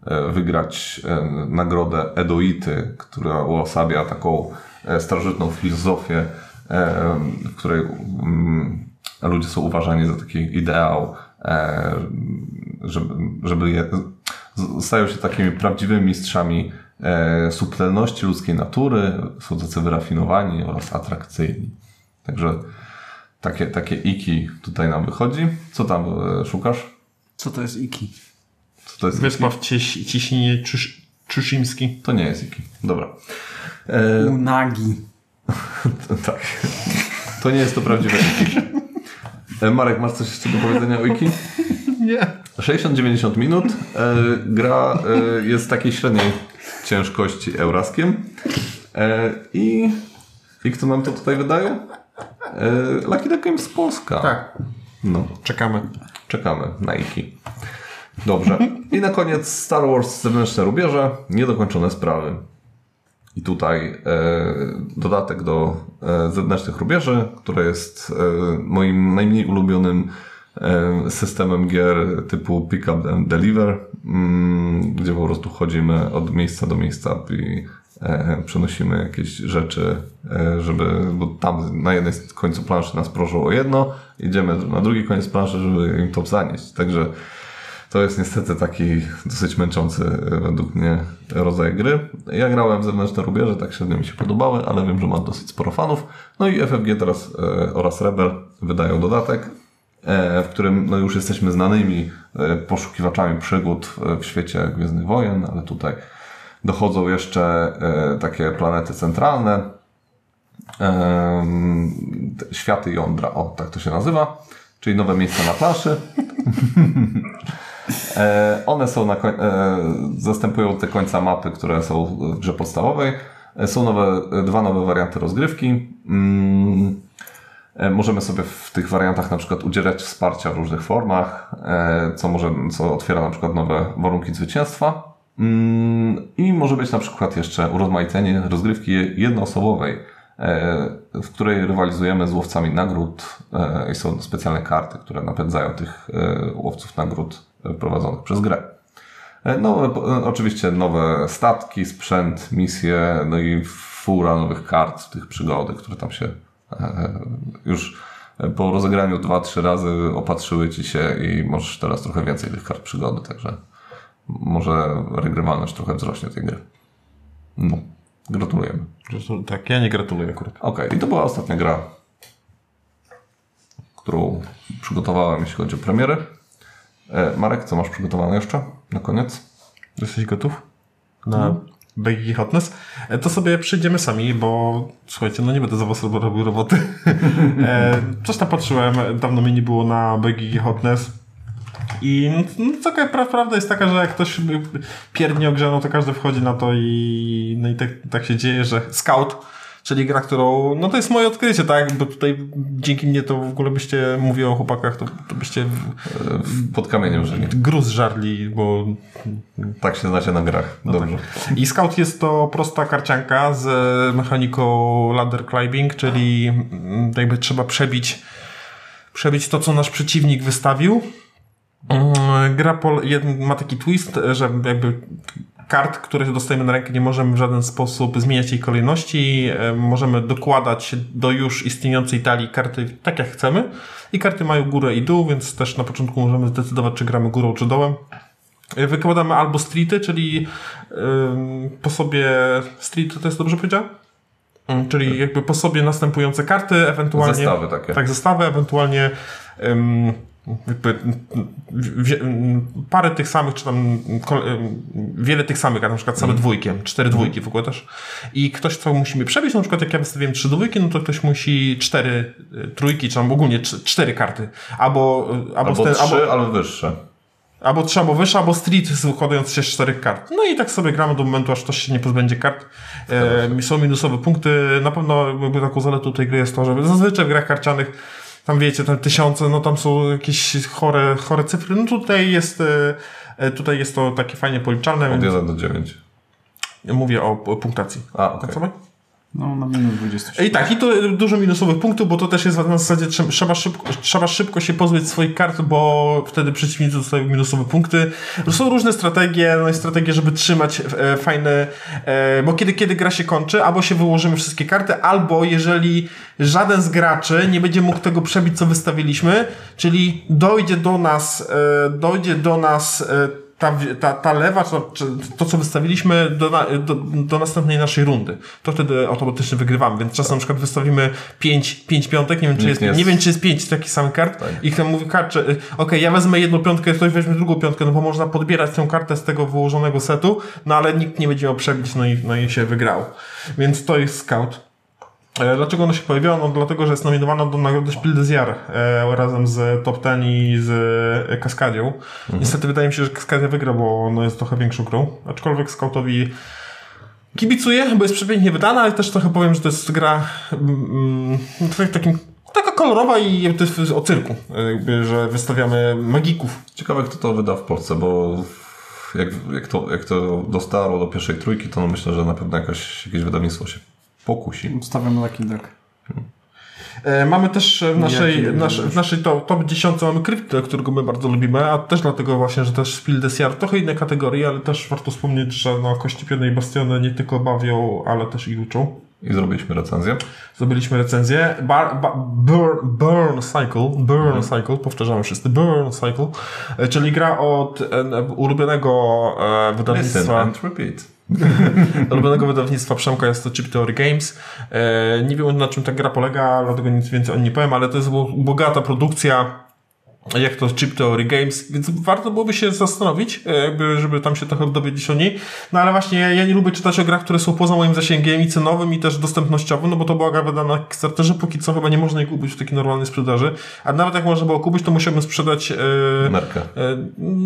wygrać nagrodę Edoity, która uosabia taką starożytną filozofię, w której ludzie są uważani za taki ideał, żeby, żeby je, stają się takimi prawdziwymi mistrzami subtelności ludzkiej natury, są tacy wyrafinowani oraz atrakcyjni. Także takie, takie iki tutaj nam wychodzi. Co tam szukasz? Co to jest iki? Co to jest Wiesław Cieś, Ciśnienie Czuszyński. To nie jest iki. Dobra. E... Unagi. Tak. To nie jest to prawdziwe iki. Marek, masz coś jeszcze do powiedzenia o iki? Nie. sześćdziesiąt dziewięćdziesiąt minut. E, gra e, jest takiej średniej ciężkości Euraskiem. E, i, I kto nam to tutaj wydaje? E, Lucky Duck Games Polska. Tak. No. Czekamy. Czekamy na iki. Dobrze. I na koniec Star Wars Zewnętrzne Rubieże. Niedokończone sprawy. I tutaj e, dodatek do e, Zewnętrznych Rubieży, które jest e, moim najmniej ulubionym e, systemem gier typu Pick Up and Deliver, mm, gdzie po prostu chodzimy od miejsca do miejsca i e, przenosimy jakieś rzeczy, e, żeby, bo tam na jednej końcu planszy nas proszą o jedno, idziemy na drugi koniec planszy, żeby im to zanieść. Także to jest niestety taki dosyć męczący według mnie rodzaj gry. Ja grałem w Zewnętrzne Rubieże, tak średnio mi się podobały, ale wiem, że ma dosyć sporo fanów. No i F F G teraz e, oraz Rebel wydają dodatek, e, w którym no, już jesteśmy znanymi e, poszukiwaczami przygód w świecie Gwiezdnych Wojen, ale tutaj dochodzą jeszcze e, takie planety centralne, e, światy jądra, o tak to się nazywa, czyli nowe miejsca na planszy. E, one są na koń- e, zastępują te końca mapy, które są w grze podstawowej. E, są nowe, dwa nowe warianty rozgrywki. Mm, e, możemy sobie w tych wariantach na przykład udzielać wsparcia w różnych formach, e, co, może, co otwiera na przykład nowe warunki zwycięstwa. Mm, I może być na przykład jeszcze urozmaicenie rozgrywki jednoosobowej, e, w której rywalizujemy z łowcami nagród e, i są specjalne karty, które napędzają tych e, łowców nagród prowadzonych przez grę. Nowe, oczywiście nowe statki, sprzęt, misje, no i fura nowych kart, tych przygody, które tam się już po rozegraniu dwa trzy razy opatrzyły ci się i możesz teraz trochę więcej tych kart przygody, także może regrywalność trochę wzrośnie tej gry. No, gratulujemy. Tak, ja nie gratuluję akurat. Okej, okay, i to była ostatnia gra, którą przygotowałem, jeśli chodzi o premiery. Marek, co masz przygotowane jeszcze na koniec? Jesteś gotów na hmm. Big Hotness? To sobie przyjdziemy sami, bo słuchajcie, no nie będę za was robił roboty. e, coś tam patrzyłem, dawno mnie nie było na Big Hotness i no, taka pra, prawda jest taka, że jak ktoś pierdnie o grze, no to każdy wchodzi na to i no i tak, tak się dzieje, że Scout, czyli gra, którą, no to jest moje odkrycie, tak, bo tutaj dzięki mnie to w ogóle byście, mówię o chłopakach, to, to byście w, pod kamieniem żyli. Gruz żarli, bo tak się znacie na grach. No dobrze. Tak. I Scout jest to prosta karcianka z mechaniką ladder climbing, czyli jakby trzeba przebić przebić to, co nasz przeciwnik wystawił. Gra ma taki twist, że jakby kart, które dostajemy na rękę, nie możemy w żaden sposób zmieniać jej kolejności. Możemy dokładać do już istniejącej talii karty tak jak chcemy. I karty mają górę i dół, więc też na początku możemy zdecydować, czy gramy górą, czy dołem. Wykładamy albo streety, czyli yy, po sobie street, to jest dobrze powiedziane? Yy, czyli jakby po sobie następujące karty, ewentualnie... Zestawy takie. Tak, zestawy, ewentualnie... Yy, Jakby, wie, parę tych samych, czy tam wiele tych samych, na przykład same mm. dwójkiem, cztery mm. dwójki wykładasz i ktoś, co musimy przebić, na przykład jak ja wystawiłem trzy dwójki, no to ktoś musi cztery trójki, czy tam ogólnie cztery karty, albo albo, albo ten, trzy, albo, albo wyższe. Albo trzy, albo wyższe, albo street składając się z czterech kart. No i tak sobie gramy do momentu, aż ktoś się nie pozbędzie kart. E, są minusowe punkty. Na pewno jakby taką zaletą tej gry jest to, że zazwyczaj w grach karcianych tam wiecie, tam tysiące, no tam są jakieś chore, chore cyfry. No tutaj jest, tutaj jest to takie fajnie policzalne. Od więc... jeden do dziewięciu. Mówię o, o punktacji. A, okej. Okay. No, na minus dwadzieścia. I tak, i tu dużo minusowych punktów, bo to też jest na zasadzie trzeba szybko, trzeba szybko się pozbyć swoich kart, bo wtedy przeciwnicy dostają minusowe punkty. Są różne strategie, no i strategie, żeby trzymać e, fajne, e, bo kiedy, kiedy gra się kończy, albo się wyłożymy wszystkie karty, albo jeżeli żaden z graczy nie będzie mógł tego przebić, co wystawiliśmy, czyli dojdzie do nas, e, dojdzie do nas e, Ta, ta, ta lewa, to, to co wystawiliśmy do, do, do następnej naszej rundy. To wtedy automatycznie wygrywamy, więc czasem na przykład wystawimy pięć, pięć piątek, nie wiem, czy jest, jest. nie wiem, czy jest pięć takich samych kart tak. I ktoś mówi kartę, okej, okay, ja wezmę jedną piątkę, ktoś weźmie drugą piątkę, no bo można podbierać tę kartę z tego wyłożonego setu, no ale nikt nie będzie miał przebić, no i, no i się wygrało. Więc to jest Scout. Dlaczego ono się pojawiło? No dlatego, że jest nominowana do nagrody Spiel des Jahres e, razem z Top Ten i z e, Kaskadią. Mhm. Niestety wydaje mi się, że Kaskadia wygra, bo ono jest trochę większą grą. Aczkolwiek Scoutowi kibicuję, bo jest przepięknie wydana, ale też trochę powiem, że to jest gra mm, takim, taka kolorowa i to jest o cyrku, jakby, że wystawiamy magików. Ciekawe, kto to wyda w Polsce, bo jak, jak, to, jak to dostarło do pierwszej trójki, to no myślę, że na pewno jakaś, jakieś wydawnictwo się pokusi. Stawiam na taki deck. Hmm. E, mamy też w naszej, nasz, w naszej top, top dziesięć mamy Cryptę, którego my bardzo lubimy, a też dlatego właśnie, że też Spiel des Jahres, trochę inne kategorie, ale też warto wspomnieć, że no, Kości Piony i Bastiony nie tylko bawią, ale też i uczą. I zrobiliśmy recenzję. Zrobiliśmy recenzję. Bar, ba, burn, burn Cycle, Burn mhm. Cycle, powtarzamy wszyscy, Burn Cycle, czyli gra od e, ulubionego e, wydawnictwa. Listen and repeat. ulubionego wydawnictwa Przemka, jest to Chip Theory Games. E, nie wiem, na czym ta gra polega, dlatego nic więcej o niej nie powiem, ale to jest bogata produkcja, jak to Chip Theory Games, więc warto byłoby się zastanowić, jakby, żeby tam się trochę dowiedzieć o niej. No ale właśnie ja, ja nie lubię czytać o grach, które są poza moim zasięgiem i cenowym, i też dostępnościowym, no bo to była gra wydana na Kickstarterze, póki co chyba nie można jej kupić w takiej normalnej sprzedaży, a nawet jak można było kupić, to musiałbym sprzedać e, Markę. E,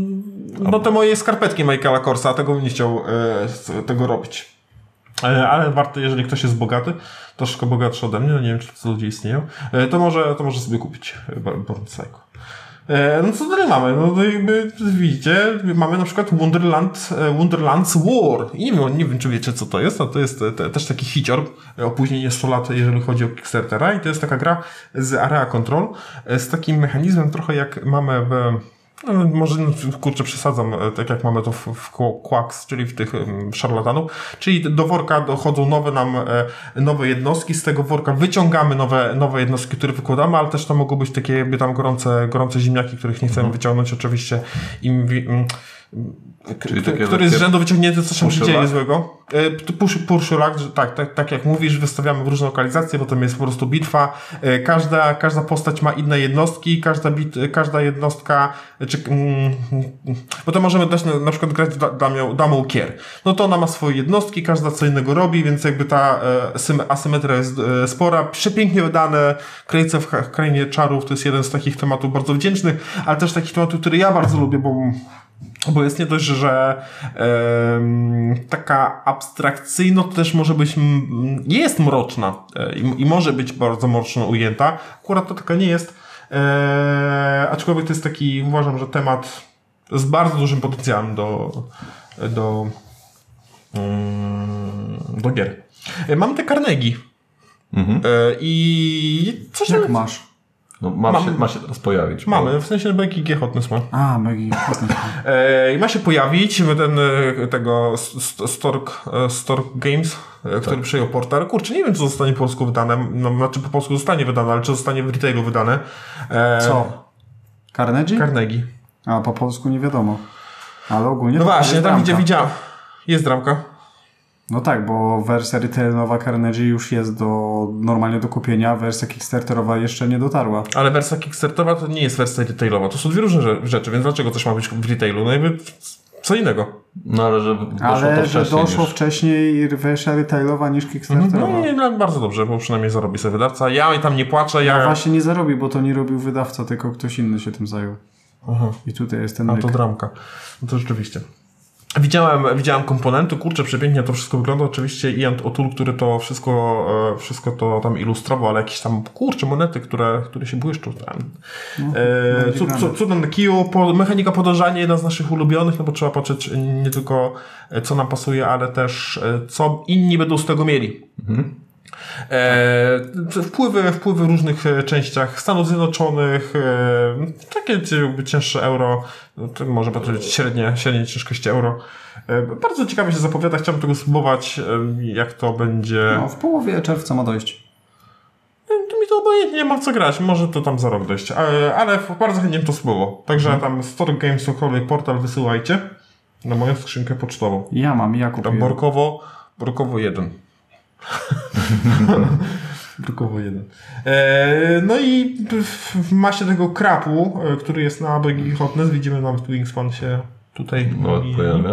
no te moje skarpetki Michaela Korsa, a tego bym nie chciał e, tego robić. E, ale warto, jeżeli ktoś jest bogaty, troszkę bogatszy ode mnie, no nie wiem, czy to ludzie istnieją, e, to może, to może sobie kupić Born Psycho. No co tutaj mamy? No to jakby widzicie, mamy na przykład Wonderland, Wonderland's War. I nie wiem, nie wiem, czy wiecie, co to jest, a to jest te, też taki hicior, opóźnienie sto lat, jeżeli chodzi o Kickstartera, i to jest taka gra z Area Control, z takim mechanizmem trochę jak mamy w... No, może, no, kurczę, przesadzam, tak jak mamy to w, w Quacks, czyli w tych um, szarlatanów, czyli do worka dochodzą nowe nam e, nowe jednostki, z tego worka wyciągamy nowe, nowe jednostki, które wykładamy, ale też to mogą być takie jakby tam gorące, gorące ziemniaki, których nie chcemy mhm. wyciągnąć, oczywiście im, im Czyli k- który z rzędu wyciągnięty, co się dzieje złego. Purszulak, tak, tak, tak jak mówisz, wystawiamy w różne lokalizacje, bo tam jest po prostu bitwa. Każda, każda postać ma inne jednostki, każda, bit, każda jednostka, czy, mm, bo to możemy dać na, na przykład grać damą, damą kier. No to ona ma swoje jednostki, każda co innego robi, więc jakby ta e, asymetria jest e, spora. Przepięknie wydane, Krajce w Krainie Czarów to jest jeden z takich tematów bardzo wdzięcznych, ale też takich tematów, który ja bardzo lubię, bo Bo jest nie dość, że e, taka abstrakcyjna to też może być, m, jest mroczna e, i, i może być bardzo mroczno ujęta. Akurat to taka nie jest. E, aczkolwiek to jest taki, uważam, że temat z bardzo dużym potencjałem do, do, mm, do gier. E, mamy te Carnegie. Mhm. E, I coś Jak tam... masz? No, ma, Mam, się, ma się teraz pojawić. Mamy, bo... w sensie B G G Hotness ma. A, B G G Hotness ma. E, ma się pojawić ten, tego Stork, Stork Games, tak. który przyjął portal. Kurczę, nie wiem, czy zostanie po polsku wydane. No, znaczy po polsku zostanie wydane, ale czy zostanie w retailu wydane. E, Co? Carnegie? Carnegie. A, po polsku nie wiadomo. Ale ogólnie no to właśnie, jest tam dramka. gdzie widziałem. Jest dramka. No tak, bo wersja retailowa Carnegie już jest do, normalnie do kupienia, wersja Kickstarterowa jeszcze nie dotarła. Ale wersja Kickstarterowa to nie jest wersja retailowa, to są dwie różne rzeczy, więc dlaczego coś ma być w retailu? No jakby co innego. No ale że doszło, ale, to że doszło niż... wcześniej wersja retailowa niż Kickstarterowa. No i bardzo dobrze, bo przynajmniej zarobi sobie wydawca. Ja tam nie płaczę. Ja... No właśnie nie zarobi, bo to nie robił wydawca, tylko ktoś inny się tym zajął. Aha. I tutaj jest ten A myk. to dramka. No to rzeczywiście. Widziałem, widziałem komponenty, kurczę, przepięknie to wszystko wygląda. Oczywiście Ian O'Toole, który to wszystko, wszystko to tam ilustrował, ale jakieś tam, kurczę, monety, które, które się błyszczą. No, e, cud, cud, cud na kiju, po, mechanika podążania, jedna z naszych ulubionych, no bo trzeba patrzeć nie tylko co nam pasuje, ale też co inni będą z tego mieli. Mhm. E, wpływy, wpływy w różnych częściach Stanów Zjednoczonych, e, takie cięższe euro, to może powiedzieć średnie, średnie ciężkości euro. E, bardzo ciekawie się zapowiada, chciałbym tego spróbować, e, jak to będzie. No, w połowie czerwca ma dojść. To mi to obojętnie, nie ma co grać, może to tam za rok dojść, ale, ale bardzo chętnie bym to spróbował. Także hmm. tam Store Games, cokolwiek portal wysyłajcie na moją skrzynkę pocztową. Ja mam, ja kupiłem. Tam Borkowo, Borkowo jeden. Borkowo jeden. E, no i w, w masie tego krapu, który jest na A B G Hotness, widzimy nawet Wingspan się tutaj no, pojawia.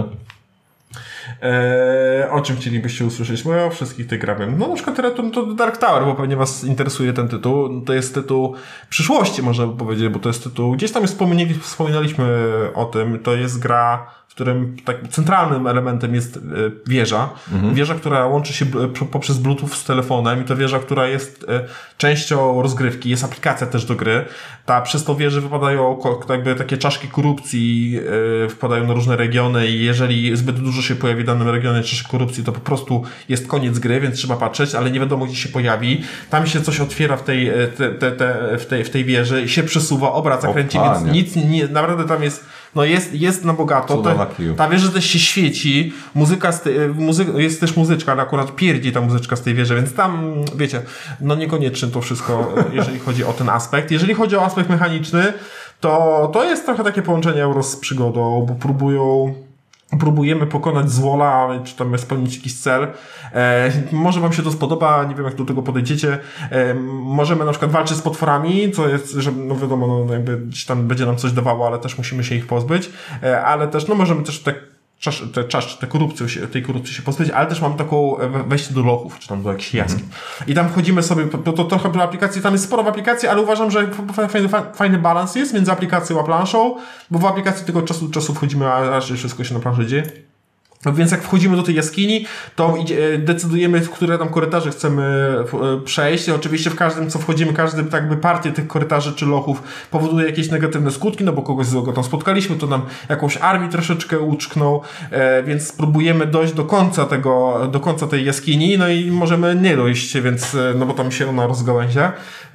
Eee, o czym chcielibyście usłyszeć? Bo ja o wszystkich tych grałem. No na przykład to, to Dark Tower, bo pewnie was interesuje ten tytuł. To jest tytuł przyszłości, można by powiedzieć, bo to jest tytuł, gdzieś tam jest wspomnieli, wspominaliśmy o tym, to jest gra, w którym tak centralnym elementem jest e, wieża. Mhm. Wieża, która łączy się b- poprzez Bluetooth z telefonem i to wieża, która jest e, częścią rozgrywki. Jest aplikacja też do gry. Ta, przez to wieży wypadają jakby takie czaszki korupcji, e, wpadają na różne regiony i jeżeli zbyt dużo się pojawi w danym regionie czaszek korupcji, to po prostu jest koniec gry, więc trzeba patrzeć, ale nie wiadomo gdzie się pojawi. Tam się coś otwiera w tej, te, te, te, w tej, w tej wieży i się przesuwa, obraca, kręci, więc nic, nie, naprawdę tam jest no jest, jest na bogato. Ta, ta wieża też się świeci. Muzyka z tej, muzy, jest też muzyczka, ale akurat pierdzi ta muzyczka z tej wieży, więc tam, wiecie, no niekoniecznie to wszystko, jeżeli chodzi o ten aspekt. Jeżeli chodzi o aspekt mechaniczny, to, to jest trochę takie połączenie euro z przygodą, bo próbują próbujemy pokonać złola, czy tam spełnić jakiś cel. E, może wam się to spodoba, nie wiem jak do tego podejdziecie. E, możemy na przykład walczyć z potworami, co jest, że no wiadomo, no jakby gdzieś tam będzie nam coś dawało, ale też musimy się ich pozbyć. E, ale też, no możemy też tak Czasz, te, czasz, te korupcje, tej korupcji się pozbyć, ale też mam taką wejście do lochów, czy tam do jakichś jaskiń. Mm-hmm. I tam wchodzimy sobie, to, to trochę do aplikacji, tam jest sporo w aplikacji, ale uważam, że fajny, fajny balans jest między aplikacją a planszą, bo w aplikacji tylko od czasu do czasu wchodzimy, a raczej wszystko się na planszy dzieje. Więc jak wchodzimy do tej jaskini, to idzie, decydujemy, w które tam korytarze chcemy przejść. I oczywiście w każdym, co wchodzimy, każdy tak by partię tych korytarzy czy lochów powoduje jakieś negatywne skutki, no bo kogoś złego tam spotkaliśmy, to nam jakąś armię troszeczkę uczknął, e, więc spróbujemy dojść do końca tego, do końca tej jaskini, no i możemy nie dojść, więc, no bo tam się ona rozgałęzia,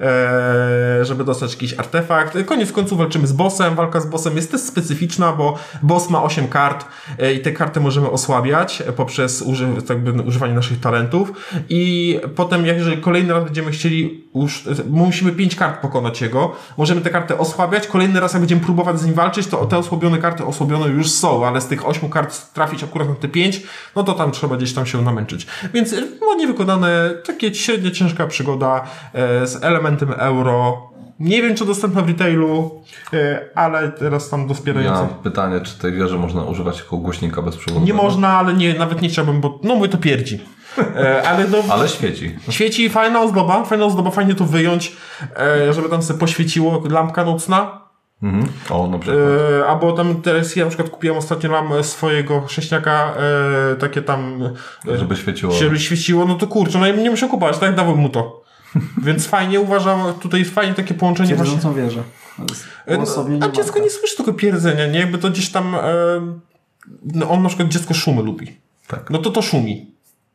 e, żeby dostać jakiś artefakt. Koniec końców walczymy z bossem. Walka z bossem jest też specyficzna, bo boss ma osiem kart e, i te karty możemy osłabiać poprzez uży- tak by, używanie naszych talentów i potem jeżeli kolejny raz będziemy chcieli już, musimy pięć kart pokonać jego, możemy te karty osłabiać, kolejny raz jak będziemy próbować z nim walczyć, to te osłabione karty osłabione już są, ale z tych ośmiu kart trafić akurat na te pięć, no to tam trzeba gdzieś tam się namęczyć. Więc ładnie wykonane, takie średnio ciężka przygoda e, z elementem euro. Nie wiem, czy dostępna w retailu, ale teraz tam do wspierających. Ja mam pytanie, czy tej wieży można używać jako głośnika bezprzewodowego? Nie można, ale nie, nawet nie chciałbym, bo no mówię, to pierdzi. ale, do, ale świeci. Świeci, fajna ozdoba, fajna ozdoba, fajnie to wyjąć, żeby tam sobie poświeciło, lampka nocna. Mhm. O, na przykład. E, albo tam teraz ja na przykład kupiłem ostatnio mam swojego chrześniaka e, takie tam... E, żeby świeciło. Żeby świeciło, no to kurczę, no i nie muszę kupować, tak? Dałem mu to. Więc fajnie uważam, tutaj jest fajnie takie połączenie. Pierdzącą wieżę. No, a dziecko nie słyszy tylko pierdzenia, nie? Jakby to gdzieś tam... E, no on na przykład dziecko szumy lubi. Tak. No to to szumi.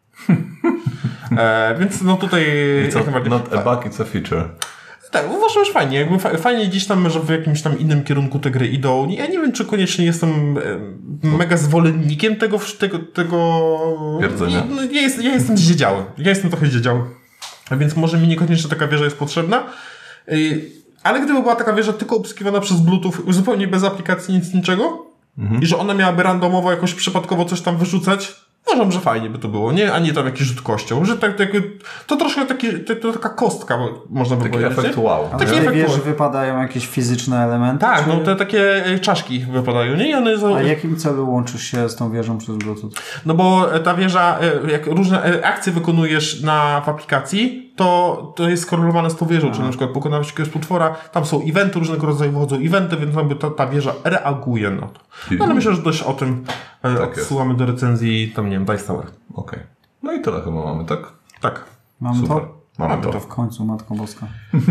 e, więc no tutaj... Co, not a bug, it's a feature. Tak, uważam, że fajnie. Jakby fajnie gdzieś tam, że w jakimś tam innym kierunku te gry idą. Ja nie wiem, czy koniecznie jestem mega zwolennikiem tego... tego, tego... Pierdzenia. No, ja, jest, ja jestem zdziedziały. Ja jestem trochę zdziedziały. A więc może mi niekoniecznie taka wieża jest potrzebna. Ale gdyby była taka wieża tylko obsługiwana przez Bluetooth, zupełnie bez aplikacji, nic, niczego, mhm. i że ona miałaby randomowo jakoś przypadkowo coś tam wyrzucać, uważam, że fajnie by to było, nie? A nie tam jakiś rzut kością. Że tak, tak, to troszkę taki, to, to taka kostka, można by taki powiedzieć. Efekt wow. A w wieży wypadają jakieś fizyczne elementy? Tak, czy... no te takie czaszki wypadają, nie? I one A w jakim celu łączysz się z tą wieżą przez Bluetooth? No bo ta wieża, jak różne akcje wykonujesz na, w aplikacji, to, to jest skorelowane z tą wieżą, czyli na przykład pokonałeś jakiegoś potwora, tam są eventy, różnego rodzaju wychodzą eventy, więc jakby ta, ta wieża reaguje na to. No ale myślę, że dość o tym tak odsyłamy jest. Do recenzji, tam nie wiem, Dice Tower. Okej. Okay. No i tyle chyba mamy, tak? Tak. Mamy Super. to? Mamy, mamy to. to w końcu, Matko Boska.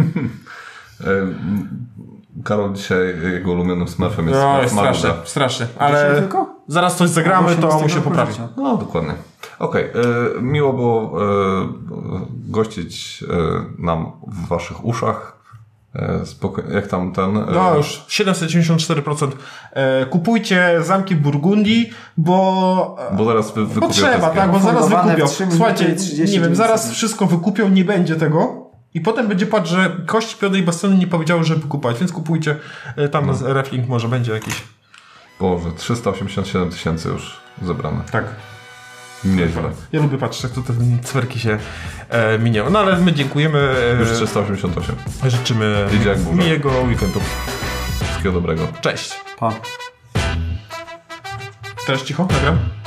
Karol dzisiaj jego ulubionym smurfem jest no, jest strasznie, strasznie. Ale tylko? zaraz coś zagramy, to mu się poprawi. No, dokładnie. Okej, okay, miło było y, gościć y, nam w waszych uszach. Y, spoko- jak tam ten... Y, No już siedemset dziewięćdziesiąt cztery procent. E, kupujcie zamki Burgundii, bo... bo zaraz wy, wykupią Bo trzeba, wszystkie. tak, bo zaraz Fundowane wykupią. w trzy minuty Słuchajcie, i trzydzieści nie wiem, zaraz sekund. wszystko wykupią, nie będzie tego. I potem będzie patrz, że kości Piotra i Bastiony nie powiedziały, żeby kupować, więc kupujcie. E, tam no. reflink może będzie jakiś. Boże, trzysta osiemdziesiąt siedem tysięcy już zebrane. Tak. Nieźle. Ja lubię patrzeć, jak to te cwerki się e, minęły. No ale my dziękujemy. E, Już trzysta osiemdziesiąt osiem. Życzymy Idzie jak burza. miłego weekendu. Wszystkiego dobrego. Cześć. Pa. Teraz cicho, nagram.